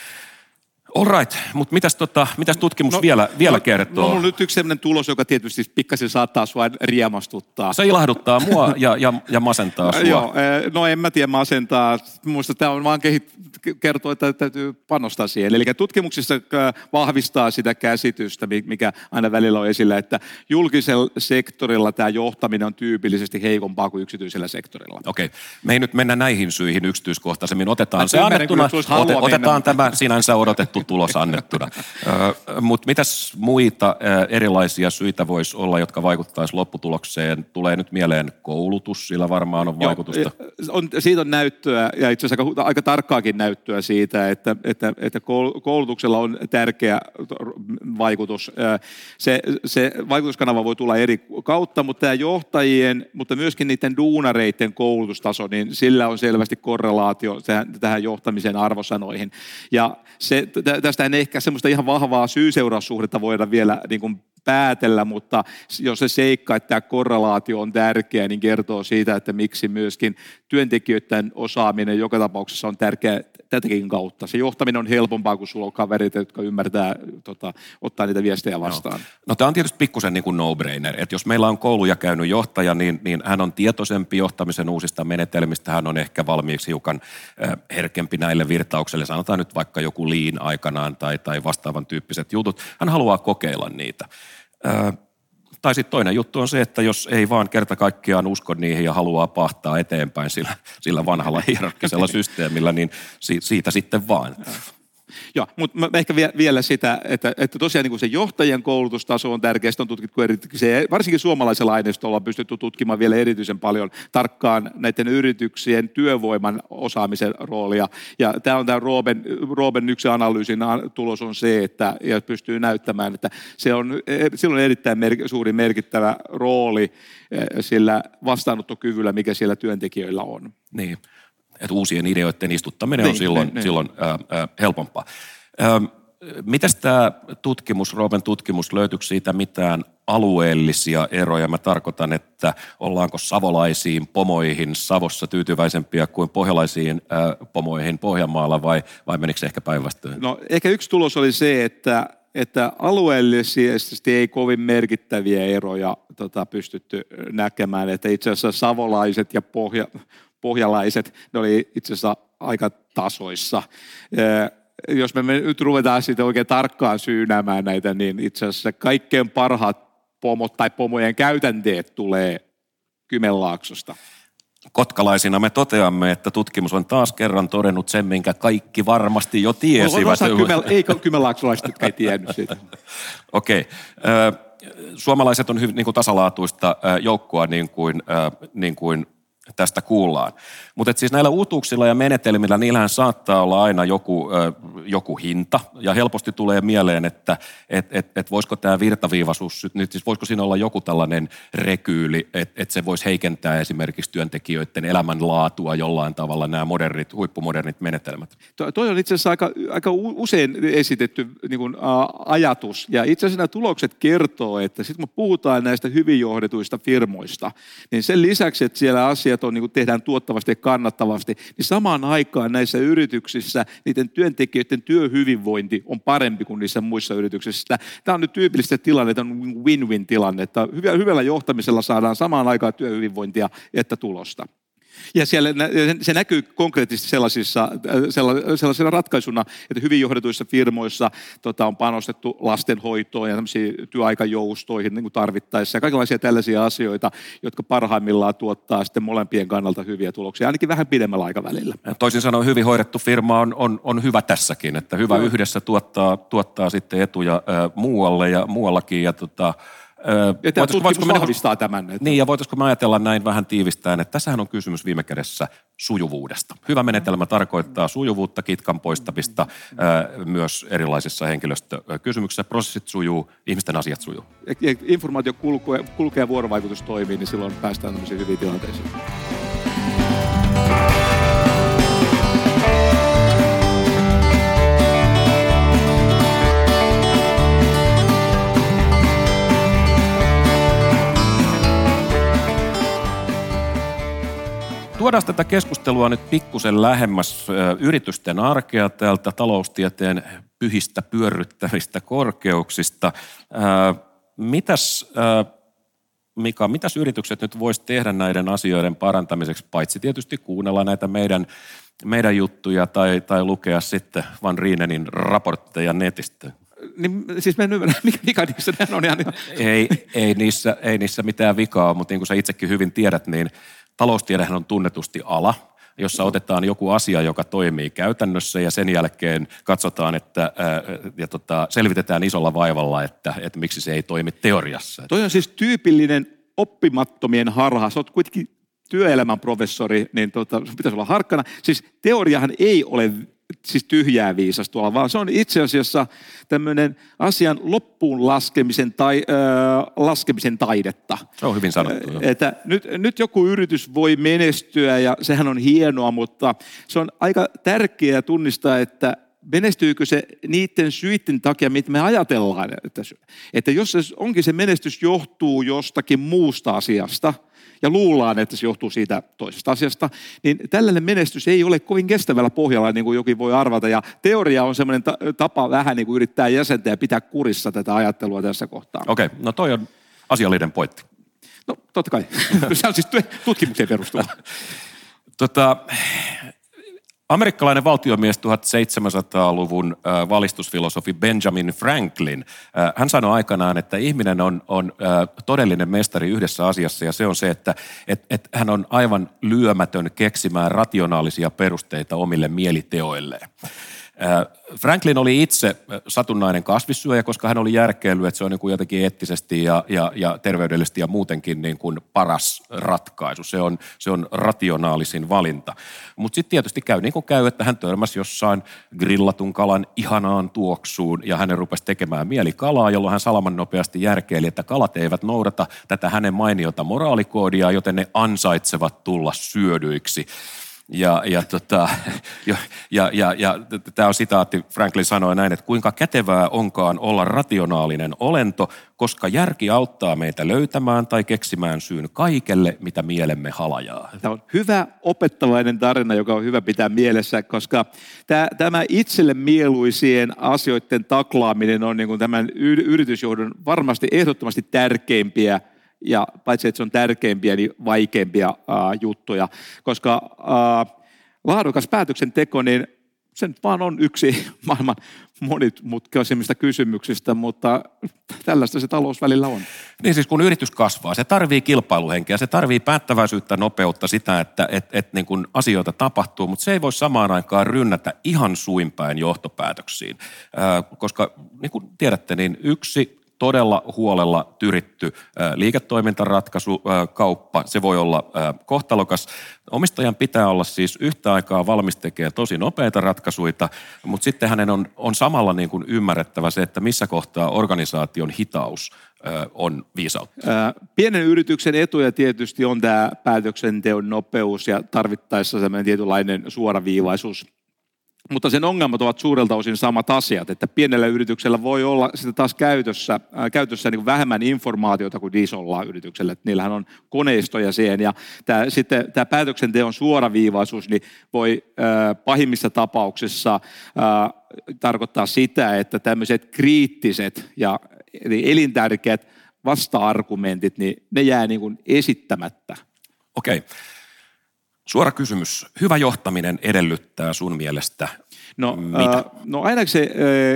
All right, mutta mitäs, tota, mitäs tutkimus no, vielä, vielä no, kertoo? No on nyt yksi sellainen tulos, joka tietysti pikkasen saattaa sua riemastuttaa. Se ilahduttaa mua ja, ja, ja masentaa sua. Joo, no en mä tiedä masentaa. Minusta tämä on vaan kehit, kertoo, että täytyy panostaa siihen. Eli tutkimuksissa vahvistaa sitä käsitystä, mikä aina välillä on esillä, että julkisella sektorilla tämä johtaminen on tyypillisesti heikompaa kuin yksityisellä sektorilla. Okei, me ei nyt mennä näihin syihin yksityiskohtaisemmin. Otetaan se annettuna, ote, otetaan tämä sinänsä odotettu tulos annettuna. Mutta mitäs muita erilaisia syitä voisi olla, jotka vaikuttaisi lopputulokseen? Tulee nyt mieleen koulutus, sillä varmaan on vaikutusta. Joo, on, siitä on näyttöä, ja itse asiassa aika, aika tarkkaakin näyttöä siitä, että, että, että koulutuksella on tärkeä vaikutus. Se, se vaikutuskanava voi tulla eri kautta, mutta tämä johtajien, mutta myöskin niiden duunareiden koulutustaso, niin sillä on selvästi korrelaatio tähän johtamisen arvosanoihin. Ja se, tästä ei ehkä semmoista ihan vahvaa syy-seuraussuhdetta voida vielä niin kuin päätellä, mutta jos se seikka, että tämä korrelaatio on tärkeä, niin kertoo siitä, että miksi myöskin työntekijöiden osaaminen joka tapauksessa on tärkeä tätäkin kautta. Se johtaminen on helpompaa, kun sulla on kaverit, jotka ymmärtää tota, ottaa niitä viestejä vastaan. No, no tämä on tietysti pikkusen niin kuin no-brainer, että jos meillä on kouluja käynyt johtaja, niin, niin hän on tietoisempi johtamisen uusista menetelmistä, hän on ehkä valmiiksi hiukan äh, herkempi näille virtauksille, sanotaan nyt vaikka joku lean aikanaan tai, tai vastaavan tyyppiset jutut, hän haluaa kokeilla niitä. Äh, Tai sitten toinen juttu on se, että jos ei vaan kerta kaikkiaan usko niihin ja haluaa pahtaa eteenpäin sillä, sillä vanhalla hierarkkisella systeemillä, niin si, siitä sitten vaan. Joo, mutta ehkä vielä sitä, että, että tosiaan niin se johtajien koulutustaso on tärkeä, on tutkittu erityisesti, varsinkin suomalaisella aineistolla on pystytty tutkimaan vielä erityisen paljon tarkkaan näiden yrityksien työvoiman osaamisen roolia. Ja tämä on tämä Rooben, Rooben yksi analyysin tulos on se, että ja pystyy näyttämään, että se on, sillä on erittäin mer, suuri merkittävä rooli sillä vastaanottokyvyllä, mikä siellä työntekijöillä on. Niin. Että uusien ideoiden istuttaminen niin, on silloin, niin, silloin ää, ää, helpompaa. Ää, mitäs tämä tutkimus, Rooben tutkimus, löytyykö siitä mitään alueellisia eroja? Mä tarkoitan, että ollaanko savolaisiin pomoihin Savossa tyytyväisempiä kuin pohjalaisiin ää, pomoihin Pohjanmaalla vai, vai menikö se ehkä päinvastoin? No ehkä yksi tulos oli se, että että alueellisesti ei kovin merkittäviä eroja tota, pystytty näkemään, että itse asiassa savolaiset ja pohja, pohjalaiset, ne oli itse asiassa aika tasoissa. jos me nyt ruvetaan sitten oikein tarkkaan syynäämään näitä, niin itse asiassa kaikkein parhaat pomot tai pomojen käytänteet tulee Kymenlaaksosta. Kotkalaisina me toteamme, että tutkimus on taas kerran todennut sen, minkä kaikki varmasti jo tiesivät. Kymel, ei kymenlaaksolaiset, jotka ei tiennyt siitä. Okei. Okay. Suomalaiset on hyvin niin kuin tasalaatuista joukkoa, niin kuin, niin kuin tästä kuullaan. Mutta siis näillä uutuuksilla ja menetelmillä, niillähän saattaa olla aina joku, joku hinta, ja helposti tulee mieleen, että et, et, et voisiko tämä virtaviivaisuus, nyt siis voisiko siinä olla joku tällainen rekyyli, että et se voisi heikentää esimerkiksi työntekijöiden elämänlaatua jollain tavalla, nämä modernit, huippumodernit menetelmät. Toi, toi on itse asiassa aika, aika usein esitetty niin kuin, ä, ajatus, ja itse asiassa nämä tulokset kertoo, että sitten kun puhutaan näistä hyvin johdetuista firmoista, niin sen lisäksi, että siellä asiat on, niin kuin tehdään tuottavasti ja kannattavasti, niin samaan aikaan näissä yrityksissä niiden työntekijöiden työhyvinvointi on parempi kuin niissä muissa yrityksissä. Tämä on nyt tyypillistä tilanne, tämä on win-win tilanne, että hyvällä johtamisella saadaan samaan aikaan työhyvinvointia että tulosta. Ja siellä se näkyy konkreettisesti sellaisissa, sellaisena ratkaisuna, että hyvin johdetuissa firmoissa tota, on panostettu lastenhoitoon ja työaikajoustoihin niin kuin tarvittaessa ja kaikenlaisia tällaisia asioita, jotka parhaimmillaan tuottaa sitten molempien kannalta hyviä tuloksia, ainakin vähän pidemmällä aikavälillä. Toisin sanoen hyvin hoidettu firma on, on, on hyvä tässäkin, että hyvä no. yhdessä tuottaa, tuottaa sitten etuja ä, muualle ja muuallakin ja tota, Ja tämä tutkimus vahvistaa tämän. Että... Niin, ja voitaisiko me ajatella näin vähän tiivistäen, että tässähän on kysymys viime kädessä sujuvuudesta. Hyvä menetelmä tarkoittaa sujuvuutta, kitkan poistamista, ää, myös erilaisissa henkilöstökysymyksissä. Prosessit sujuu, ihmisten asiat sujuu. Ja informaatio kulkee, kulkee ja vuorovaikutus toimii, niin silloin päästään tämmöisiin hyviin tilanteisiin. Tuodaan tätä keskustelua nyt pikkusen lähemmäs yritysten arkea täältä taloustieteen pyhistä pyörryttävistä korkeuksista. Mitäs, Mika, mitäs yritykset nyt vois tehdä näiden asioiden parantamiseksi, paitsi tietysti kuunnella näitä meidän, meidän juttuja tai, tai lukea sitten Van Rienenin raportteja netistä? Niin, siis mä en ymmärrä, mikä vika niissä on ihan... Ei, ei, niissä, ei niissä mitään vikaa, mutta niin kuin sä itsekin hyvin tiedät, niin taloustiedehän on tunnetusti ala, jossa otetaan joku asia, joka toimii käytännössä ja sen jälkeen katsotaan, että ää, ja tota, selvitetään isolla vaivalla, että, että miksi se ei toimi teoriassa. Toi on siis tyypillinen oppimattomien harha. Sä oot kuitenkin työelämän professori, niin tota, pitäisi olla harkkana. Siis teoriahan ei ole siis tyhjää viisastuolla, vaan se on itse asiassa tämmöinen asian loppuun laskemisen tai ö, laskemisen taidetta. Se on hyvin sanottu. Ö, että nyt, nyt joku yritys voi menestyä ja sehän on hienoa, mutta se on aika tärkeää tunnistaa, että menestyykö se niiden syiden takia, mitä me ajatellaan. Että, että jos se onkin se menestys johtuu jostakin muusta asiasta, ja luullaan, että se johtuu siitä toisesta asiasta, niin tällainen menestys ei ole kovin kestävällä pohjalla, niin kuin jokin voi arvata. Ja teoria on semmoinen tapa vähän niin kuin yrittää jäsentää ja pitää kurissa tätä ajattelua tässä kohtaa. Okei, no toi on asiallinen pointti. No totta kai. Se on siis tutkimukseen perustuva. tota, amerikkalainen valtiomies tuhatseitsemänsataaluvun äh, valistusfilosofi Benjamin Franklin, äh, hän sanoi aikanaan, että ihminen on, on äh, todellinen mestari yhdessä asiassa ja se on se, että et, et hän on aivan lyömätön keksimään rationaalisia perusteita omille mieliteoilleen. Franklin oli itse satunnainen kasvissyöjä, koska hän oli järkeillyt, että se on niin kuin jotenkin eettisesti ja, ja, ja terveydellisesti ja muutenkin niin kuin paras ratkaisu. Se on, se on rationaalisin valinta. Mutta sitten tietysti käy niin kuin käy, että hän törmäsi jossain grillatun kalan ihanaan tuoksuun ja hänen rupesi tekemään mieli kalaa, jolloin hän salaman nopeasti järkeili, että kalat eivät noudata tätä hänen mainiota moraalikoodia, joten ne ansaitsevat tulla syödyiksi. Ja, ja, tota, ja, ja, ja, ja tämä on sitaatti, Franklin sanoi näin, että kuinka kätevää onkaan olla rationaalinen olento, koska järki auttaa meitä löytämään tai keksimään syyn kaikelle, mitä mielemme halajaa. Tämä on hyvä opettavainen tarina, joka on hyvä pitää mielessä, koska tämä, tämä itselle mieluisien asioiden taklaaminen on niin kuin tämän yritysjohdon varmasti ehdottomasti tärkeimpiä ja paitsi, että se on tärkeimpiä, niin vaikeimpia äh, juttuja, koska äh, laadukas päätöksenteko, niin se nyt vaan on yksi maailman monimutkaisimmista kysymyksistä, mutta tällaista se talous välillä on. Niin siis kun yritys kasvaa, se tarvii kilpailuhenkeä, se tarvii päättäväisyyttä, nopeutta, sitä, että et, et niin kun asioita tapahtuu, mutta se ei voi samaan aikaan rynnätä ihan suinpäin johtopäätöksiin, ää, koska niin kuin tiedätte, niin yksi todella huolella tyritty liiketoimintaratkaisu, kauppa, se voi olla kohtalokas. Omistajan pitää olla siis yhtä aikaa valmis tekemään tosi nopeita ratkaisuja, mutta sitten hänen on, on samalla niin kuin ymmärrettävä se, että missä kohtaa organisaation hitaus on viisautta. Pienen yrityksen etuja tietysti on tämä päätöksenteon nopeus ja tarvittaessa sellainen tietynlainen suoraviivaisuus. Mutta sen ongelmat ovat suurelta osin samat asiat, että pienellä yrityksellä voi olla sitten taas käytössä, äh, käytössä niin kuin vähemmän informaatiota kuin isolla yrityksellä, että niillähän on koneistoja siihen ja tämä, sitten tämä päätöksenteon suoraviivaisuus niin voi äh, pahimmissa tapauksissa äh, tarkoittaa sitä, että tämmöiset kriittiset ja eli elintärkeät vasta-argumentit, niin ne jää niin kuin esittämättä. Okei. Suora kysymys. Hyvä johtaminen edellyttää sun mielestä no, mitä? Äh, no ainakin se,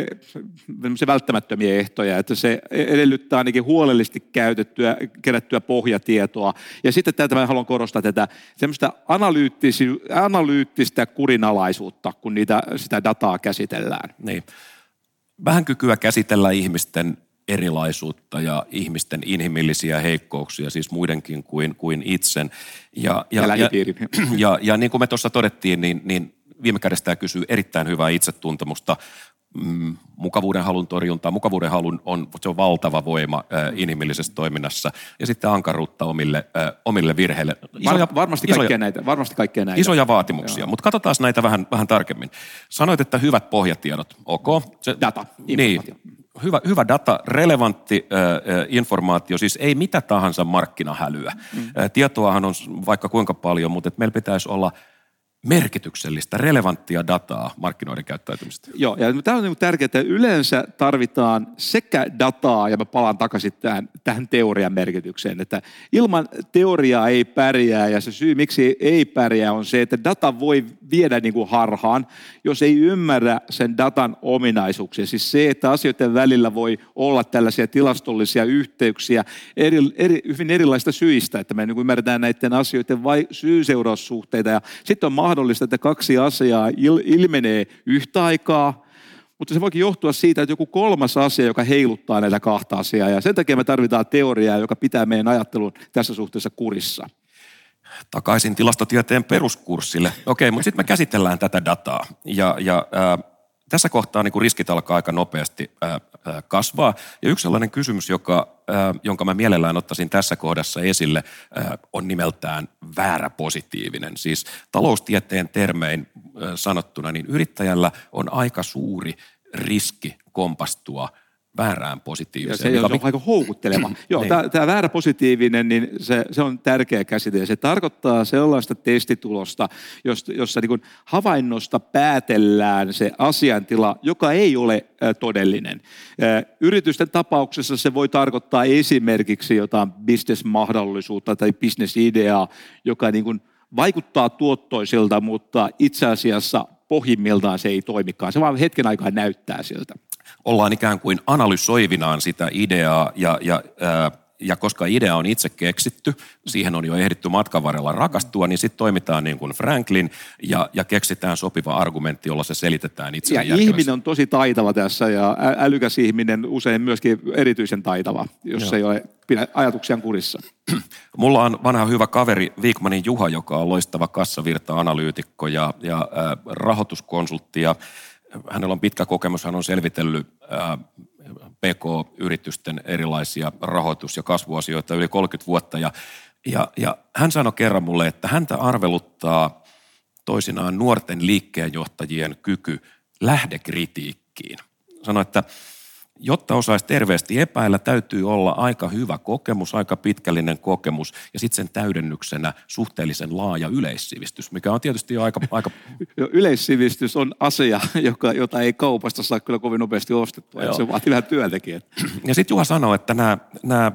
äh, se välttämättömiä ehtoja, että se edellyttää ainakin huolellisesti käytettyä, kerättyä pohjatietoa. Ja sitten tätä mä haluan korostaa tätä semmoista analyyttistä kurinalaisuutta, kun niitä, sitä dataa käsitellään. Niin. Vähän kykyä käsitellä ihmisten erilaisuutta ja ihmisten inhimillisiä heikkouksia, siis muidenkin kuin, kuin itsen. Ja, ja, ja lähipiirin. Ja, ja, ja niin kuin me tuossa todettiin, niin, niin viime kädessä tämä kysyy erittäin hyvää itsetuntemusta, mm, mukavuuden halun torjuntaa. Mukavuuden halun on, se on valtava voima äh, inhimillisessä toiminnassa ja sitten ankaruutta omille, äh, omille virheille. Isoja, Var, varmasti, isoja, kaikkea näitä, varmasti kaikkea näitä. Isoja vaatimuksia, mutta katsotaan näitä vähän, vähän tarkemmin. Sanoit, että hyvät pohjatiedot, ok. Se, data, informaatio. Niin, Hyvä, hyvä data, relevantti äh, informaatio, siis ei mitä tahansa markkinahälyä. Mm. Äh, tietoahan on vaikka kuinka paljon, mutta meillä pitäisi olla merkityksellistä, relevanttia dataa markkinoiden käyttäytymistä. Joo, ja tämä on niin tärkeää, että yleensä tarvitaan sekä dataa, ja mä palaan takaisin tähän, tähän teorian merkitykseen, että ilman teoriaa ei pärjää, ja se syy, miksi ei pärjää, on se, että data voi viedä niin kuin harhaan, jos ei ymmärrä sen datan ominaisuuksia. Siis se, että asioiden välillä voi olla tällaisia tilastollisia yhteyksiä eri, eri, hyvin erilaisista syistä, että me niin kuin ymmärretään näiden asioiden vai syy-seuraussuhteita, ja sitten on mahdollista, että kaksi asiaa il, ilmenee yhtä aikaa, mutta se voikin johtua siitä, että joku kolmas asia, joka heiluttaa näitä kahta asiaa, ja sen takia me tarvitaan teoriaa, joka pitää meidän ajattelun tässä suhteessa kurissa. Takaisin tilastotieteen peruskurssille. Okei, mutta sitten me käsitellään tätä dataa, ja, ja äh, tässä kohtaa niin kun riskit alkaa aika nopeasti äh, äh, kasvaa, ja yksi sellainen kysymys, joka, äh, jonka mä mielellään ottaisin tässä kohdassa esille, äh, on nimeltään väärä positiivinen. Siis taloustieteen termein äh, sanottuna, niin yrittäjällä on aika suuri riski kompastua väärään positiiviseen. Ja se, se on aika houkutteleva. Joo, niin. Tämä väärä positiivinen, niin se, se on tärkeä käsite. Se tarkoittaa sellaista testitulosta, jossa, jossa niin kuin havainnosta päätellään se asiantila, joka ei ole ä, todellinen. Ä, yritysten tapauksessa se voi tarkoittaa esimerkiksi jotain bisnesmahdollisuutta tai bisnesideaa, joka niin kuin vaikuttaa tuottoisilta, mutta itse asiassa pohjimmiltaan se ei toimikaan. Se vaan hetken aikaa näyttää siltä. Ollaan ikään kuin analysoivinaan sitä ideaa, ja, ja, ää, ja koska idea on itse keksitty, siihen on jo ehditty matkan varrella rakastua, niin sitten toimitaan niin kuin Franklin, ja, ja keksitään sopiva argumentti, jolla se selitetään itselle järkevästi. Ja ihminen on tosi taitava tässä, ja älykäs ihminen usein myöskin erityisen taitava, jos Joo. ei ole pidä ajatuksiaan kurissa. Mulla on vanha hyvä kaveri Wikmanin Juha, joka on loistava kassavirta-analyytikko ja, ja ää, rahoituskonsultti, ja hänellä on pitkä kokemus, hän on selvitellyt ää, P K-yritysten erilaisia rahoitus- ja kasvuasioita yli kolmekymmentä vuotta. Ja, ja, ja hän sanoi kerran mulle, että häntä arveluttaa toisinaan nuorten liikkeenjohtajien kyky lähdekritiikkiin. Sanoi, että jotta osaisi terveesti epäillä, täytyy olla aika hyvä kokemus, aika pitkällinen kokemus ja sitten sen täydennyksenä suhteellisen laaja yleissivistys, mikä on tietysti jo aika... aika... Yleissivistys on asia, joka, jota ei kaupasta saa kyllä kovin nopeasti ostettua, että se vaatii vähän työntekijät. Ja sitten Juha sanoi, että, nämä, nämä,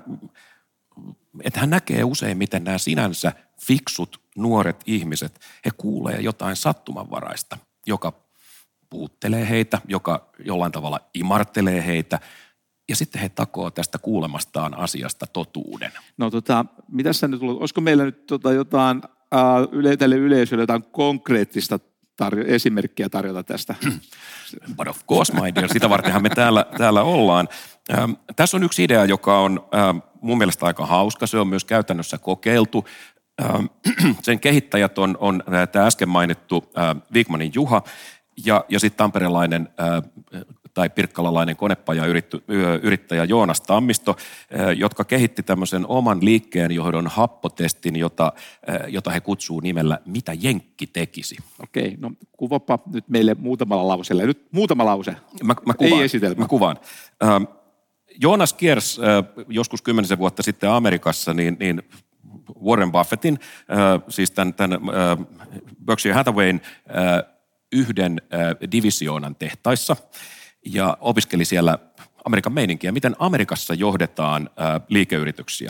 että hän näkee useimmiten nämä sinänsä fiksut nuoret ihmiset, he kuulee jotain sattumanvaraista joka puuttelee heitä, joka jollain tavalla imartelee heitä, ja sitten he takoo tästä kuulemastaan asiasta totuuden. No tota, mitä sä nyt luulet, olisiko meillä nyt tota jotain äh, yle, tälle yleisölle jotain konkreettista tarjo- esimerkkiä tarjota tästä? But of course, my dear, sitä vartenhan me täällä, täällä ollaan. Ähm, tässä on yksi idea, joka on ähm, mun mielestä aika hauska, se on myös käytännössä kokeiltu. Ähm, sen kehittäjät on, on äh, tämä äsken mainittu äh, Wikmanin Juha ja, ja sitten tamperelainen äh, tai pirkkalalainen konepajayrittäjä Joonas Tammisto, jotka kehitti tämmöisen oman liikkeenjohdon happotestin, jota, jota he kutsuu nimellä Mitä Jenkki tekisi. Okei, no kuvapa nyt meille muutamalla lauseella. Nyt muutama lause, mä, mä kuvaan, ei esitelmä. Mä kuvaan. Ähm, Joonas kiersi äh, joskus kymmenisen vuotta sitten Amerikassa, niin, niin Warren Buffettin, äh, siis tämän, tämän äh, Berkshire Hathawayn äh, yhden äh, divisioonan tehtaissa, ja opiskeli siellä Amerikan meininkiä, miten Amerikassa johdetaan ää, liikeyrityksiä.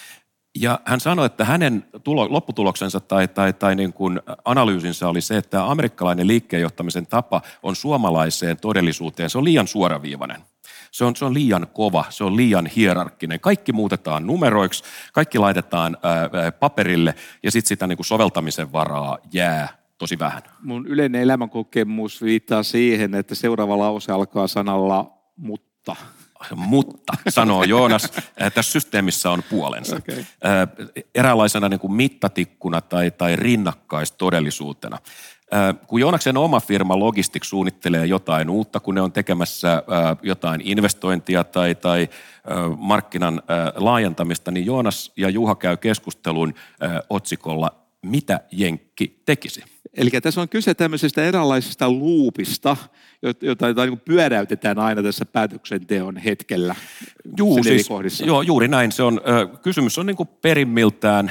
Ja hän sanoi, että hänen tulo, lopputuloksensa tai, tai, tai niin kuin analyysinsä oli se, että amerikkalainen liikkeenjohtamisen tapa on suomalaiseen todellisuuteen, se on liian suoraviivainen. Se on, se on liian kova, se on liian hierarkkinen. Kaikki muutetaan numeroiksi, kaikki laitetaan ää, paperille ja sitten sitä niin kuin soveltamisen varaa jää tosi vähän. Mun yleinen elämänkokemus viittaa siihen, että seuraava lause alkaa sanalla mutta. Mutta, sanoo Joonas, tässä systeemissä on puolensa. Okay. Eräänlaisena niin kuin mittatikkuna tai, tai rinnakkaistodellisuutena. Kun Joonaksen oma firma Logistics suunnittelee jotain uutta, kun ne on tekemässä jotain investointia tai, tai markkinan laajentamista, niin Joonas ja Juha käy keskustelun otsikolla Mitä Jenkki tekisi? Eli tässä on kyse tämmöisestä eräänlaisesta luupista, jota, jota niin pyöräytetään aina tässä päätöksenteon hetkellä. Juu, siis, joo, juuri näin. Se on, äh, kysymys on niin kuin perimmiltään,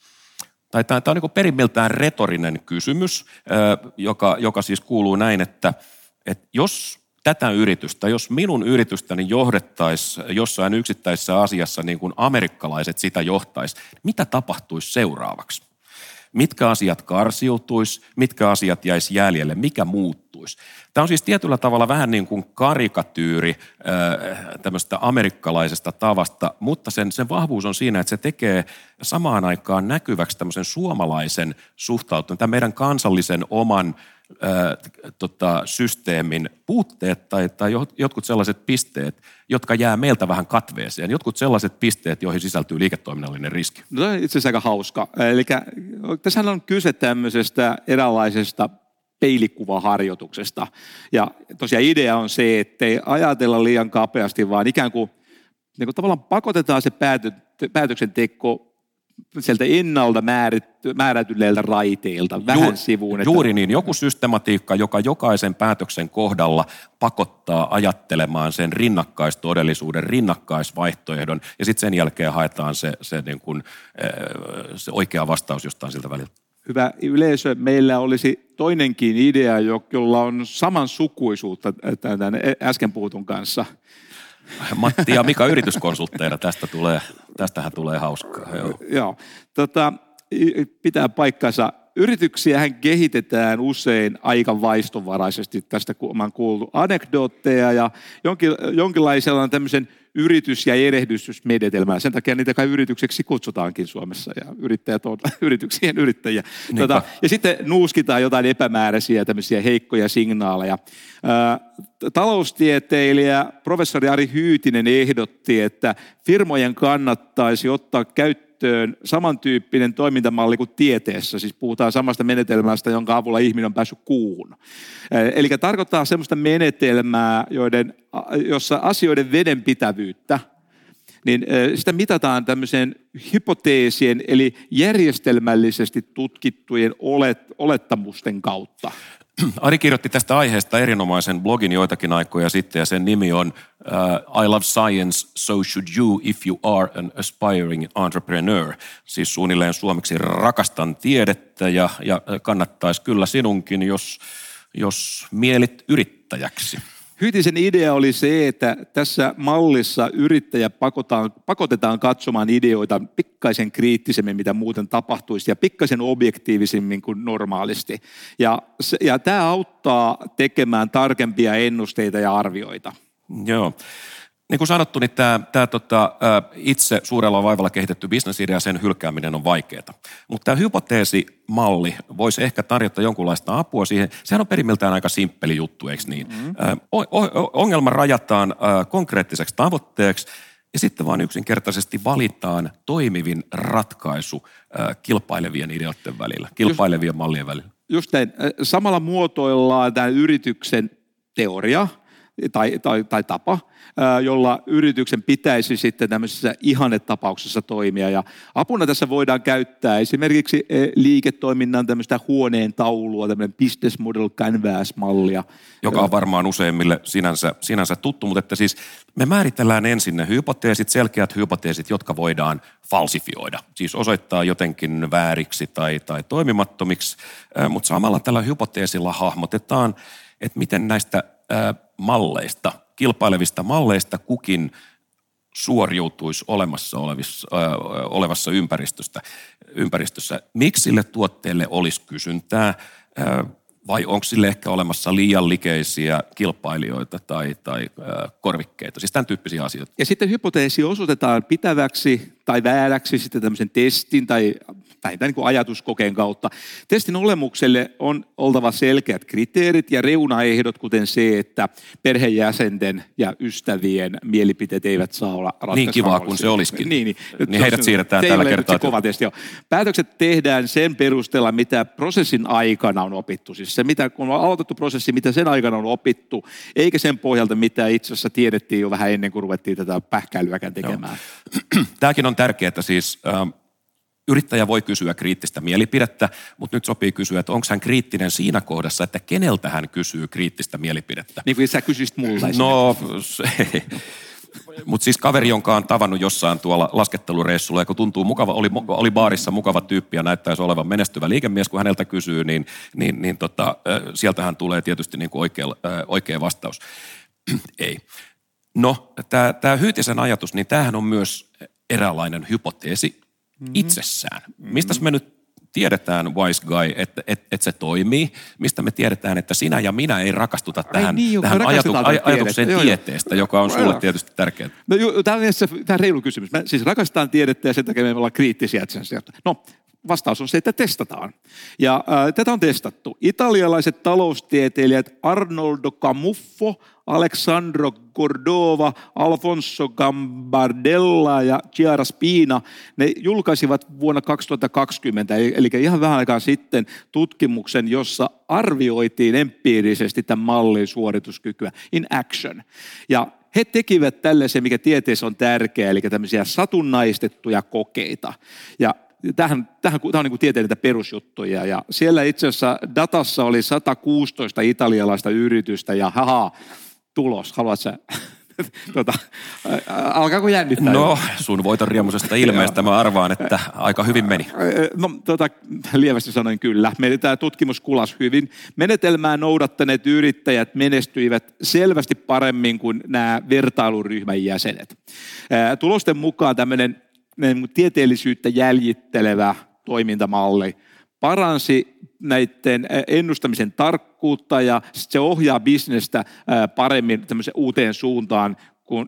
tai tämä on niin kuin perimmiltään retorinen kysymys, äh, joka, joka siis kuuluu näin, että, että jos tätä yritystä, jos minun yritystäni johdettaisiin jossain yksittäisessä asiassa niin kuin amerikkalaiset sitä johtaisi, mitä tapahtuisi seuraavaksi? Mitkä asiat karsiutuisi, mitkä asiat jäisi jäljelle, mikä muuttuisi. Tämä on siis tietyllä tavalla vähän niin kuin karikatyyri tämmöistä amerikkalaisesta tavasta, mutta sen, sen vahvuus on siinä, että se tekee samaan aikaan näkyväksi tämmöisen suomalaisen suhtautumisen, tämän meidän kansallisen oman ää, tota, systeemin puutteet tai, tai jotkut sellaiset pisteet, jotka jää meiltä vähän katveeseen, jotkut sellaiset pisteet, joihin sisältyy liiketoiminnallinen riski. No tämä on itse asiassa aika hauska. Eli tässähän on kyse tämmöisestä eräänlaisesta peilikuvaharjoituksesta. Ja tosiaan idea on se, ettei ajatella liian kapeasti, vaan ikään kuin, niin kuin tavallaan pakotetaan se päätö, päätöksenteko sieltä ennalta määrätyneiltä raiteilta vähän Ju, sivuun. Että... Juuri niin, joku systematiikka, joka jokaisen päätöksen kohdalla pakottaa ajattelemaan sen rinnakkaistodellisuuden, rinnakkaisvaihtoehdon, ja sitten sen jälkeen haetaan se, se, niin kuin, se oikea vastaus jostain siltä väliltä. Hyvä yleisö, meillä olisi toinenkin idea, jolla on samansukuisuutta tämän äsken puhutun kanssa. Matti ja Mika yrityskonsultteina, tästä tulee, tästähän tulee hauskaa. Joo, Joo tota, pitää paikkansa. Yrityksiähän kehitetään usein aika vaistonvaraisesti. Tästä kun olen kuullut anekdootteja ja jonkin, jonkinlaisella tämmöisen yritys- ja erehdysmenetelmää. Sen takia niitä kai yritykseksi kutsutaankin Suomessa ja yrittäjät on yrityksien yrittäjiä. Tota, ja sitten nuuskitaan jotain epämääräisiä tämmöisiä heikkoja signaaleja. Ää, taloustieteilijä professori Ari Hyytinen ehdotti, että firmojen kannattaisi ottaa käyttöön samantyyppinen toimintamalli kuin tieteessä. Siis puhutaan samasta menetelmästä, jonka avulla ihminen on päässyt kuuhun. Eli tarkoittaa semmoista menetelmää, joiden, jossa asioiden vedenpitävyyttä, niin sitä mitataan tämmöisen hypoteesien eli järjestelmällisesti tutkittujen olet, olettamusten kautta. Ari kirjoitti tästä aiheesta erinomaisen blogin joitakin aikoja sitten, ja sen nimi on uh, I love science, so should you if you are an aspiring entrepreneur. Siis suunnilleen suomeksi rakastan tiedettä ja, ja kannattaisi kyllä sinunkin, jos, jos mielit yrittäjäksi. Hytisen idea oli se, että tässä mallissa yrittäjä pakotetaan, pakotetaan katsomaan ideoita pikkaisen kriittisemmin, mitä muuten tapahtuisi, ja pikkaisen objektiivisemmin kuin normaalisti. Ja, ja tämä auttaa tekemään tarkempia ennusteita ja arvioita. Joo. Niin kuin sanottu, niin tämä, tämä tota, itse suurella vaivalla kehitetty bisnesidea, sen hylkääminen on vaikeaa. Mutta tämä hypoteesimalli voisi ehkä tarjota jonkunlaista apua siihen. Sehän on perimmiltään aika simppeli juttu, eikö niin? Mm-hmm. O- o- ongelma rajataan konkreettiseksi tavoitteeksi ja sitten vaan yksinkertaisesti valitaan toimivin ratkaisu kilpailevien ideoiden välillä, kilpailevien just, mallien välillä. Just näin. Samalla muotoillaan tämä yrityksen teoria tai, tai, tai tapa, jolla yrityksen pitäisi sitten tämmöisessä ihannetapauksessa toimia. Ja apuna tässä voidaan käyttää esimerkiksi liiketoiminnan tämmöistä huoneen taulua, tämmöinen business model canvas-mallia. Joka on varmaan useimmille sinänsä, sinänsä tuttu, mutta että siis me määritellään ensin ne hypoteesit, selkeät hypoteesit, jotka voidaan falsifioida. Siis osoittaa jotenkin vääriksi tai, tai toimimattomiksi, mutta samalla tällä hypoteesilla hahmotetaan, että miten näistä malleista, kilpailevista malleista kukin suoriutuisi olemassa olevissa, äh, olevassa ympäristöstä, ympäristössä. Miksi sille tuotteelle olisi kysyntää äh, vai onko sille ehkä olemassa liian likeisiä kilpailijoita tai, tai äh, korvikkeita, siis tämän tyyppisiä asioita. Ja sitten hypoteesi osoitetaan pitäväksi tai vääräksi sitten tämmöisen testin tai vähintään niin kuin ajatuskokeen kautta. Testin olemukselle on oltava selkeät kriteerit ja reunaehdot, kuten se, että perheenjäsenten ja ystävien mielipiteet eivät saa olla ratkaisua. Niin kivaa kuin se olisikin. Niin, niin. niin heidät siirretään tällä kertaa. Kova testi, joo. Päätökset tehdään sen perusteella, mitä prosessin aikana on opittu. Siis se, mitä, kun on aloitettu prosessi, mitä sen aikana on opittu, eikä sen pohjalta, mitä itse asiassa tiedettiin jo vähän ennen kuin ruvettiin tätä pähkäilyäkään tekemään. Joo. Tämäkin on tärkeää, siis äh, yrittäjä voi kysyä kriittistä mielipidettä, mutta nyt sopii kysyä, että onko hän kriittinen siinä kohdassa, että keneltä hän kysyy kriittistä mielipidettä. Niin kuin sä kysyisit mulla. No, mutta siis kaveri, jonka on tavannut jossain tuolla laskettelureissulla, ja kun tuntuu mukava, oli, oli baarissa mukava tyyppi ja näyttäisi olevan menestyvä liikemies, kun häneltä kysyy, niin, niin, niin tota, sieltähän tulee tietysti niin kuin oikea, oikea vastaus. Ei. No, tämä Hytisen ajatus, niin tämähän on myös eräänlainen hypoteesi mm-hmm. itsessään. Mistäs me nyt tiedetään, wise guy, että et, et se toimii? Mistä me tiedetään, että sinä ja minä ei rakastuta tähän, niin, tähän ajatu, aj, ajatukseen joo, tieteestä, joo. joka on sulle tietysti tärkeää? No, tämä on tämä reilu kysymys. Mä siis rakastetaan tiedettä ja sen takia me ollaan kriittisiä. No, vastaus on se, että testataan. Ja äh, tätä on testattu. Italialaiset taloustieteilijät Arnoldo Camuffo, Alessandro Cordova, Alfonso Gambardella ja Chiara Spina, ne julkaisivat vuonna kaksituhattakaksikymmentä, eli ihan vähän aikaa sitten, tutkimuksen, jossa arvioitiin empiirisesti tämän mallin suorituskykyä in action. Ja he tekivät tällaisen, mikä tieteessä on tärkeää, eli tämmöisiä satunnaistettuja kokeita. Ja Tähän, tähän, tämä on niin kuin tieteellisiä perusjuttuja ja siellä itse asiassa datassa oli sata kuusitoista italialaista yritystä ja haha, tulos, haluatko sä, tota, alkaako jännittää? No, sun voiton riemuisesta ilmeestä mä arvaan, että aika hyvin meni. No, tota, lievästi sanoin kyllä. Meillä tämä tutkimus kulasi hyvin. Menetelmää noudattaneet yrittäjät menestyivät selvästi paremmin kuin nämä vertailuryhmän jäsenet. Tulosten mukaan tämmöinen tieteellisyyttä jäljittelevä toimintamalli paransi näiden ennustamisen tarkkuutta ja se ohjaa bisnestä paremmin tämmöiseen uuteen suuntaan, kun,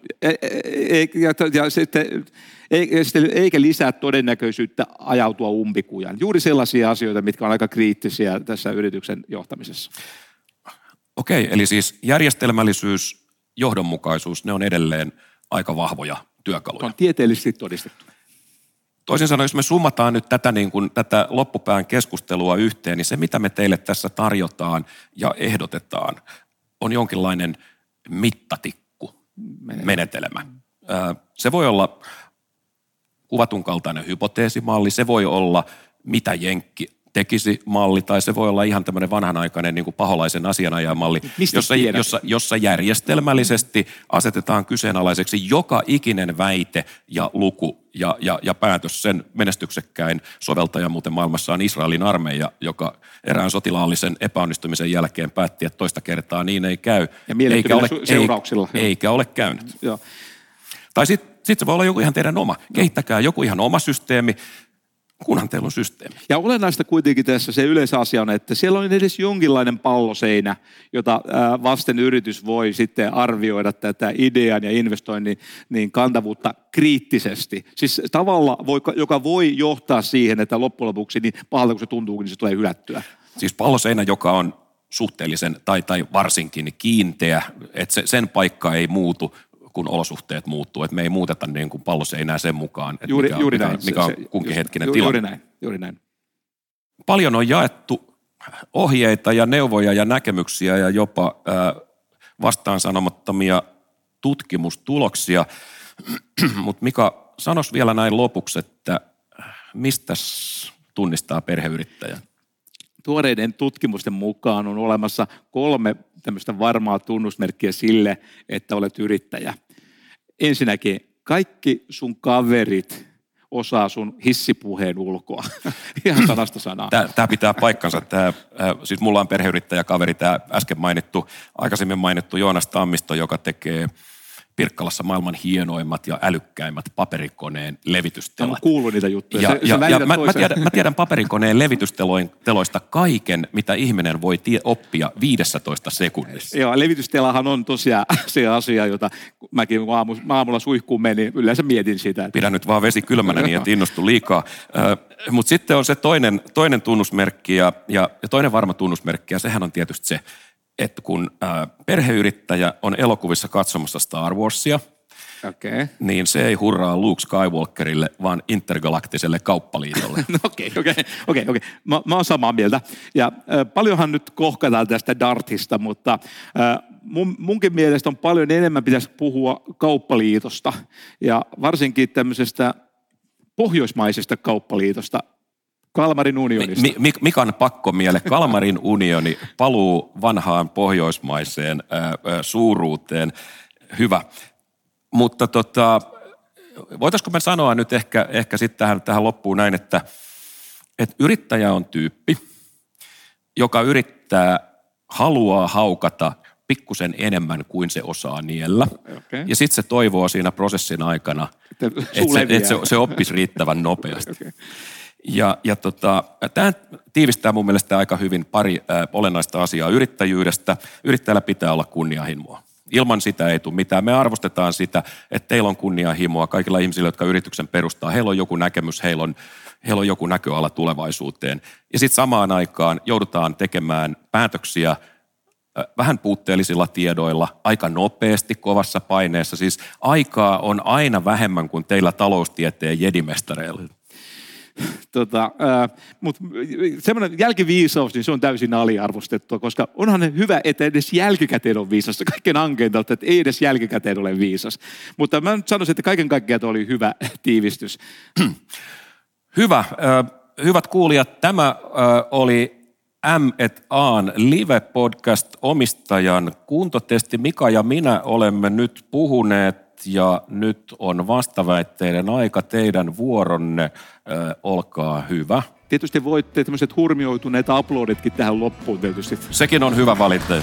ja, ja sitten, eikä lisää todennäköisyyttä ajautua umpikujaan. Juuri sellaisia asioita, mitkä on aika kriittisiä tässä yrityksen johtamisessa. Okei, eli siis järjestelmällisyys, johdonmukaisuus, ne on edelleen aika vahvoja työkaluja. On tieteellisesti todistettu. Toisin sanoen, jos me summataan nyt tätä, niin kuin, tätä loppupään keskustelua yhteen, niin se, mitä me teille tässä tarjotaan ja ehdotetaan, on jonkinlainen mittatikku menetelmä. Se voi olla kuvatun kaltainen hypoteesimalli, se voi olla mitä jenkki tekisi malli, tai se voi olla ihan tämmöinen vanhanaikainen niin kuin paholaisen asianajamalli, jossa, jossa, jossa järjestelmällisesti asetetaan kyseenalaiseksi joka ikinen väite ja luku Ja, ja, ja päätös sen menestyksekkäin soveltaja muuten maailmassa on Israelin armeija, joka erään sotilaallisen epäonnistumisen jälkeen päätti, että toista kertaa niin ei käy. Ja eikä ole, seurauksilla. Ei, eikä ole käynyt. Joo. Tai sitten sit se voi olla joku ihan teidän oma. Kehittäkää joku ihan oma systeemi, kunhan teillä on systeemi. Ja olennaista kuitenkin tässä se yleisasia on, että siellä on edes jonkinlainen palloseinä, jota vasten yritys voi sitten arvioida tätä idean ja investoinnin niin kantavuutta kriittisesti. Siis tavalla, joka voi johtaa siihen, että loppujen lopuksi niin pahalta kun se tuntuu, niin se tulee hylättyä. Siis palloseinä, joka on suhteellisen tai, tai varsinkin kiinteä, että se, sen paikka ei muutu, kun olosuhteet muuttuu, että me ei muuteta niin kuin palloseinää sen mukaan, että juuri, mikä, juuri mikä, näin. mikä on se, kunkin se, hetkinen ju, tilanne. Juuri näin, juuri näin. Paljon on jaettu ohjeita ja neuvoja ja näkemyksiä ja jopa äh, vastaan sanomattomia tutkimustuloksia, mutta Mika, sanois vielä näin lopuksi, että mistä tunnistaa perheyrittäjän? Tuoreiden tutkimusten mukaan on olemassa kolme tämmöistä varmaa tunnusmerkkiä sille, että olet yrittäjä. Ensinnäkin kaikki sun kaverit osaa sun hissipuheen ulkoa. Ihan sanasta sanaa. Tämä pitää paikkansa. Tää, äh, siis mulla on perheyrittäjäkaveri, tämä äsken mainittu, aikaisemmin mainittu Joonas Tammisto, joka tekee Pirkkalassa maailman hienoimmat ja älykkäimmät paperikoneen levitystelat. Olen kuullut niitä juttuja. Ja, se, ja, se ja mä, mä, tiedän, mä tiedän paperikoneen levitysteloista kaiken, mitä ihminen voi tie, oppia viidessätoista sekunnissa. Joo, levitystelahan on tosiaan se asia, jota mäkin aamu, aamulla suihkuun menin, yleensä mietin sitä. Pidän nyt vaan vesi kylmänä niin, että innostu liikaa. Äh, Mutta sitten on se toinen, toinen tunnusmerkki ja, ja, ja toinen varma tunnusmerkki, ja sehän on tietysti se, että kun äh, perheyrittäjä on elokuvissa katsomassa Star Warsia, okay. niin se ei hurraa Luke Skywalkerille, vaan intergalaktiselle kauppaliitolle. No okei, okei, okei, okei. Mä, mä oon samaa mieltä. Ja äh, paljonhan nyt kohkataan tästä Darthista, mutta äh, mun, munkin mielestä on paljon enemmän pitäisi puhua kauppaliitosta ja varsinkin tämmöisestä pohjoismaisesta kauppaliitosta, Kalmarin unionista. Mi- Mikan pakkomiele, Kalmarin unioni, paluu vanhaan pohjoismaiseen ää, ää, suuruuteen. Hyvä. Mutta tota, voitaisiko me sanoa nyt ehkä, ehkä sitten tähän, tähän loppuun näin, että, että yrittäjä on tyyppi, joka yrittää, haluaa haukata pikkusen enemmän kuin se osaa niellä. Okay. Ja sitten se toivoo siinä prosessin aikana, että se, et se, se oppisi riittävän nopeasti. Okay. Ja, ja tota, tämä tiivistää mun mielestä aika hyvin pari äh, olennaista asiaa yrittäjyydestä. Yrittäjällä pitää olla kunnianhimoa. Ilman sitä ei tule mitään. Me arvostetaan sitä, että teillä on kunnianhimoa. Kaikilla ihmisillä, jotka yrityksen perustaa, heillä on joku näkemys, heillä on, heillä on joku näköala tulevaisuuteen. Ja sitten samaan aikaan joudutaan tekemään päätöksiä äh, vähän puutteellisilla tiedoilla, aika nopeasti, kovassa paineessa. Siis aikaa on aina vähemmän kuin teillä taloustieteen jedimestareilla. Tota, äh, mutta semmoinen jälkiviisaus, niin se on täysin aliarvostettua, koska onhan hyvä, että edes jälkikäteen on viisas. Kaikkein ankeinta, että ei edes jälkikäteen ole viisas. Mutta mä nyt sanoisin, että kaiken kaikkiaan oli hyvä tiivistys. Hyvä. Hyvät kuulijat, tämä oli M et A:n live-podcast omistajan kuntotesti. Mika ja minä olemme nyt puhuneet ja nyt on vastaväitteiden aika, teidän vuoronne, äh, olkaa hyvä. Tietysti voitte tämmöiset hurmioituneet aploditkin tähän loppuun tietysti. Sekin on hyvä valinta.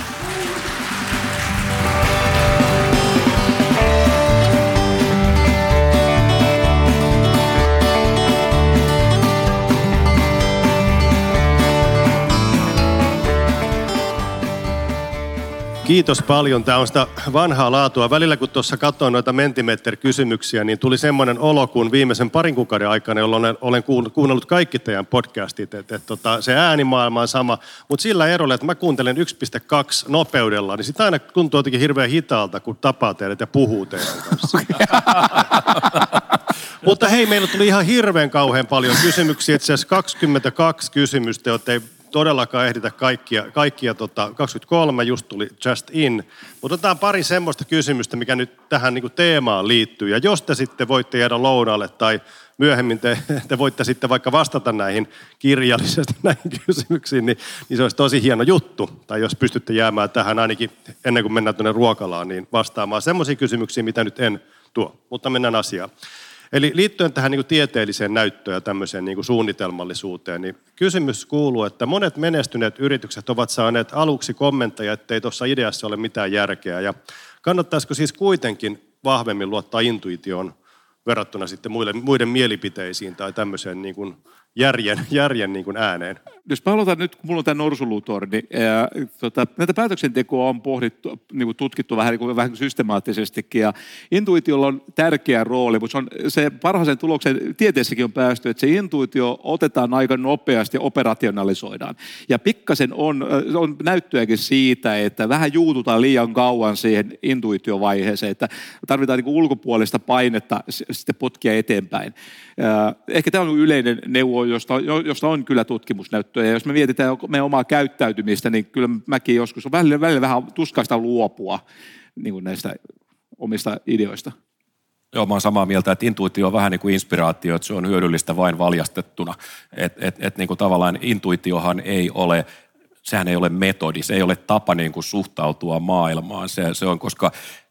Kiitos paljon. Tämä on sitä vanhaa laatua. Välillä kun tuossa katsoin noita Mentimeter-kysymyksiä, niin tuli semmoinen olo, kun viimeisen parin kuukauden aikana, jolloin olen kuunnellut kaikki teidän podcastit, että, että, että se äänimaailma on sama, mutta sillä erolla, että mä kuuntelen yksi pilkku kaksi nopeudella, niin sitä aina tuntuu jotenkin hirveän hitaalta, kun tapaa teidät ja puhuu teidän kanssa. Mutta hei, meillä tuli ihan hirveän kauhean paljon kysymyksiä, itse asiassa kaksikymmentäkaksi kysymystä, jotta ei todellakaan ehditä kaikkia, kaikkia tota, kaksikymmentäkolme just tuli just in, mutta otetaan pari semmoista kysymystä, mikä nyt tähän niin kuin teemaan liittyy. Ja jos te sitten voitte jäädä lounaalle tai myöhemmin te, te voitte sitten vaikka vastata näihin kirjallisesti näihin kysymyksiin, niin, niin se olisi tosi hieno juttu. Tai jos pystytte jäämään tähän ainakin ennen kuin mennään tuonne ruokalaan, niin vastaamaan semmoisiin kysymyksiin, mitä nyt en tuo. Mutta mennään asiaan. Eli liittyen tähän niin kuin tieteelliseen näyttöön ja tämmöiseen niin kuin suunnitelmallisuuteen, niin kysymys kuuluu, että monet menestyneet yritykset ovat saaneet aluksi kommentteja, ettei tuossa ideassa ole mitään järkeä. Ja kannattaisiko siis kuitenkin vahvemmin luottaa intuitioon verrattuna sitten muille, muiden mielipiteisiin tai tämmöiseen niin kuin järjen, järjen niin kuin ääneen? Jos mä aloitan nyt, kun mulla on tämä norsulutorni, ää, tota, näitä päätöksentekoa on pohdittu, niin kuin tutkittu vähän, niin kuin, vähän systemaattisestikin, ja intuitiolla on tärkeä rooli, mutta se, on, se parhaaseen tulokseen tieteessäkin on päästy, että se intuitio otetaan aika nopeasti ja operationalisoidaan. Ja pikkasen on, on näyttöäkin siitä, että vähän juututaan liian kauan siihen intuitiovaiheeseen, että tarvitaan niin kuin ulkopuolista painetta sitten potkia eteenpäin. Ää, ehkä tämä on yleinen neuvo, josta, josta on kyllä tutkimusnäyttöä. Ja jos me mietitään meidän omaa käyttäytymistä, niin kyllä mäkin joskus on välillä, välillä vähän tuskaista luopua niin kuin näistä omista ideoista. Joo, mä oon samaa mieltä, että intuitio on vähän niin kuin inspiraatio, että se on hyödyllistä vain valjastettuna. Että et, et niin kuin tavallaan intuitiohan ei ole, sehän ei ole metodi, se ei ole tapa niin kuin suhtautua maailmaan. Se, se on, koska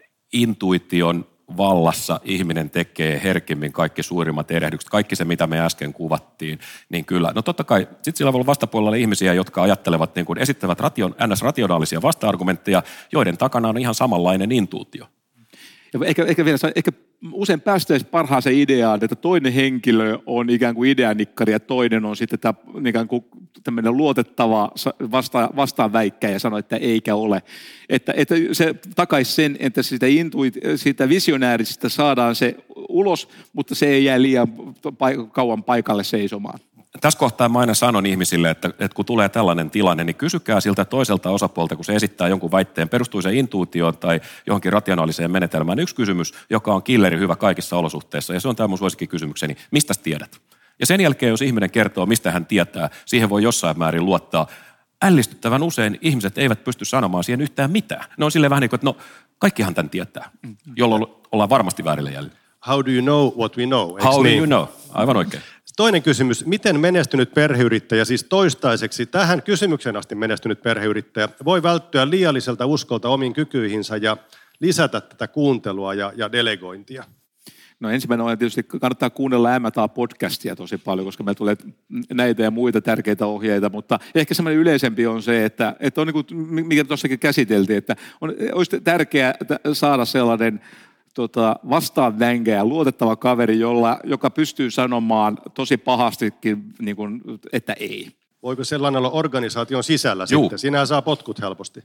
intuition vallassa ihminen tekee herkemmin kaikki suurimmat erehdykset, kaikki se, mitä me äsken kuvattiin, niin kyllä. No totta kai, sitten sillä voi olla vastapuolella ihmisiä, jotka ajattelevat, niin kuin esittävät ration, ns-rationaalisia vasta-argumentteja, joiden takana on ihan samanlainen intuitio. Ja ehkä, ehkä, vielä, ehkä usein päästäisiin parhaaseen ideaan, että toinen henkilö on ikään kuin ideanikkari ja toinen on sitten tämä, ikään kuin tämmöinen luotettava vasta, vastaanväikkäjä ja sanoo, että eikä ole. Että, että se takaisi sen, että siitä, intuit, siitä visionäärisistä saadaan se ulos, mutta se ei jää liian kauan paikalle seisomaan. Tässä kohtaa mä aina sanon ihmisille, että, että kun tulee tällainen tilanne, niin kysykää siltä toiselta osapuolta, kun se esittää jonkun väitteen, perustuu se intuitioon tai johonkin rationaaliseen menetelmään. Yksi kysymys, joka on killeri hyvä kaikissa olosuhteissa, ja se on tämä mun suosikkikysymykseni, mistä tiedät? Ja sen jälkeen, jos ihminen kertoo, mistä hän tietää, siihen voi jossain määrin luottaa. Ällistyttävän usein ihmiset eivät pysty sanomaan siihen yhtään mitään. Ne on silleen vähän niin kuin, että no, kaikkihan tämän tietää, jolloin ollaan varmasti väärillä jäljellä. How do you know what we know? How do you know? Aivan oikein. Toinen kysymys, miten menestynyt perheyrittäjä, siis toistaiseksi tähän kysymykseen asti menestynyt perheyrittäjä, voi välttyä liialliselta uskolta omiin kykyihinsä ja lisätä tätä kuuntelua ja, ja delegointia? No ensimmäinen on tietysti, kannattaa kuunnella M A podcastia tosi paljon, koska meillä tulee näitä ja muita tärkeitä ohjeita, mutta ehkä semmoinen yleisempi on se, että, että on niin kuin, mikä tuossakin käsiteltiin, että on, olisi tärkeää saada sellainen Tota, vastaan vänkää, luotettava kaveri, jolla, joka pystyy sanomaan tosi pahastikin, niin kuin, että ei. Voiko sellainen olla organisaation sisällä Juu. sitten? Sinähän saa potkut helposti.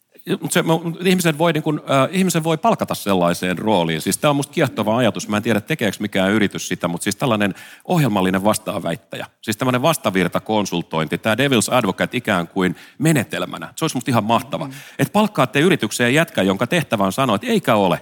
Se, ihmisen, voi, niin kuin, äh, ihmisen voi palkata sellaiseen rooliin. Siis tämä on musta kiehtova ajatus. Mä en tiedä, tekeekö mikään yritys sitä, mutta siis tällainen ohjelmallinen vastaanväittäjä. Siis tämmöinen vastavirtakonsultointi, tämä Devil's Advocate ikään kuin menetelmänä. Se olisi musta ihan mahtava. Mm. Että palkkaatte yritykseen jätkä, jonka tehtävä on sanoa, että eikä ole.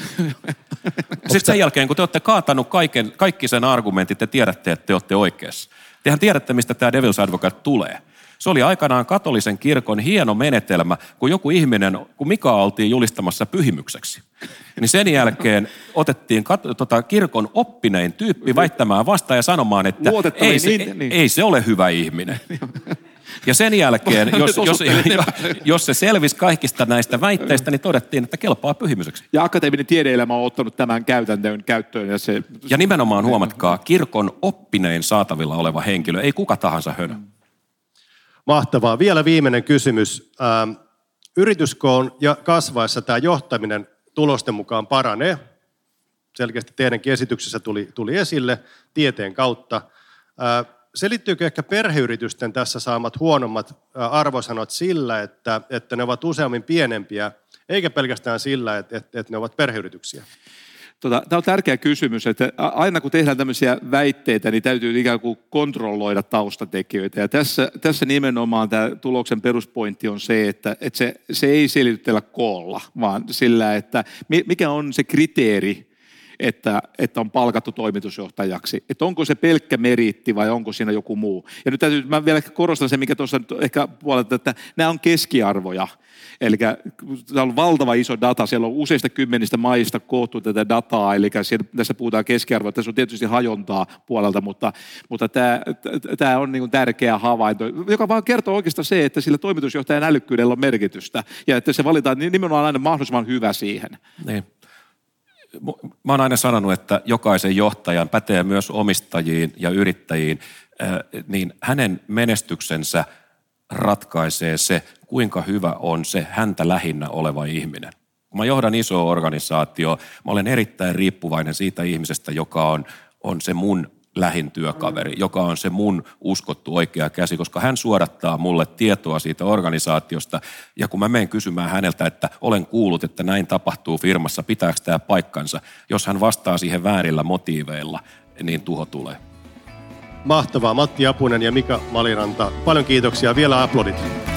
Sitten sen jälkeen, kun te olette kaatanut kaiken, kaikki sen argumentit, te tiedätte, että te olette oikeassa. Tehän tiedätte, mistä tämä Devil's Advocate tulee. Se oli aikanaan katolisen kirkon hieno menetelmä, kun joku ihminen, kun Mika oltiin julistamassa pyhimykseksi. Niin sen jälkeen otettiin kat- tota, kirkon oppinein tyyppi väittämään vastaan ja sanomaan, että ei se, niin, niin. ei se ole hyvä ihminen. Ja sen jälkeen, jos, jos, jos se selvisi kaikista näistä väitteistä, niin todettiin, että kelpaa pyhimykseksi. Ja akateeminen tiedeelämä on ottanut tämän käytäntöön käyttöön. Ja, se... ja nimenomaan huomatkaa, kirkon oppinein saatavilla oleva henkilö, ei kuka tahansa hönö. Mahtavaa. Vielä viimeinen kysymys. Ähm, yrityskoon ja kasvaessa tämä johtaminen tulosten mukaan paranee. Selkeästi teidänkin esityksessä tuli, tuli esille tieteen kautta. Äh, selittyykö ehkä perheyritysten tässä saamat huonommat arvosanat sillä, että, että ne ovat useammin pienempiä, eikä pelkästään sillä, että, että, että ne ovat perheyrityksiä? Tota, tämä on tärkeä kysymys, että aina kun tehdään tämmöisiä väitteitä, niin täytyy ikään kuin kontrolloida taustatekijöitä. Ja tässä, tässä nimenomaan tämä tuloksen peruspointti on se, että, että se, se ei selity tällä koolla, vaan sillä, että mikä on se kriteeri, Että, että on palkattu toimitusjohtajaksi. Että onko se pelkkä meriitti vai onko siinä joku muu. Ja nyt täytyy, mä vielä korostan se, mikä tuossa ehkä puolelta, että nämä on keskiarvoja. Eli tämä on valtava iso data, siellä on useista kymmenistä maista koottu tätä dataa, eli siellä, tässä puhutaan keskiarvoa, tässä on tietysti hajontaa puolelta, mutta, mutta tämä, tämä on niin kuin tärkeä havainto, joka vaan kertoo oikeastaan se, että sillä toimitusjohtajan älykkyydellä on merkitystä, ja että se valitaan nimenomaan aina mahdollisimman hyvä siihen. Niin. mä oon aina sanonut, että jokaisen johtajan pätee myös omistajiin ja yrittäjiin, niin hänen menestyksensä ratkaisee se, kuinka hyvä on se häntä lähinnä oleva ihminen. Kun mä johdan isoa organisaatioa, mä olen erittäin riippuvainen siitä ihmisestä, joka on, on se mun lähin työkaveri, joka on se mun uskottu oikea käsi, koska hän suodattaa mulle tietoa siitä organisaatiosta. Ja kun mä menen kysymään häneltä, että olen kuullut, että näin tapahtuu firmassa, pitääkö tämä paikkansa, jos hän vastaa siihen väärillä motiiveilla, niin tuho tulee. Mahtavaa. Matti Apunen ja Mika Maliranta. Paljon kiitoksia. Vielä aplodit.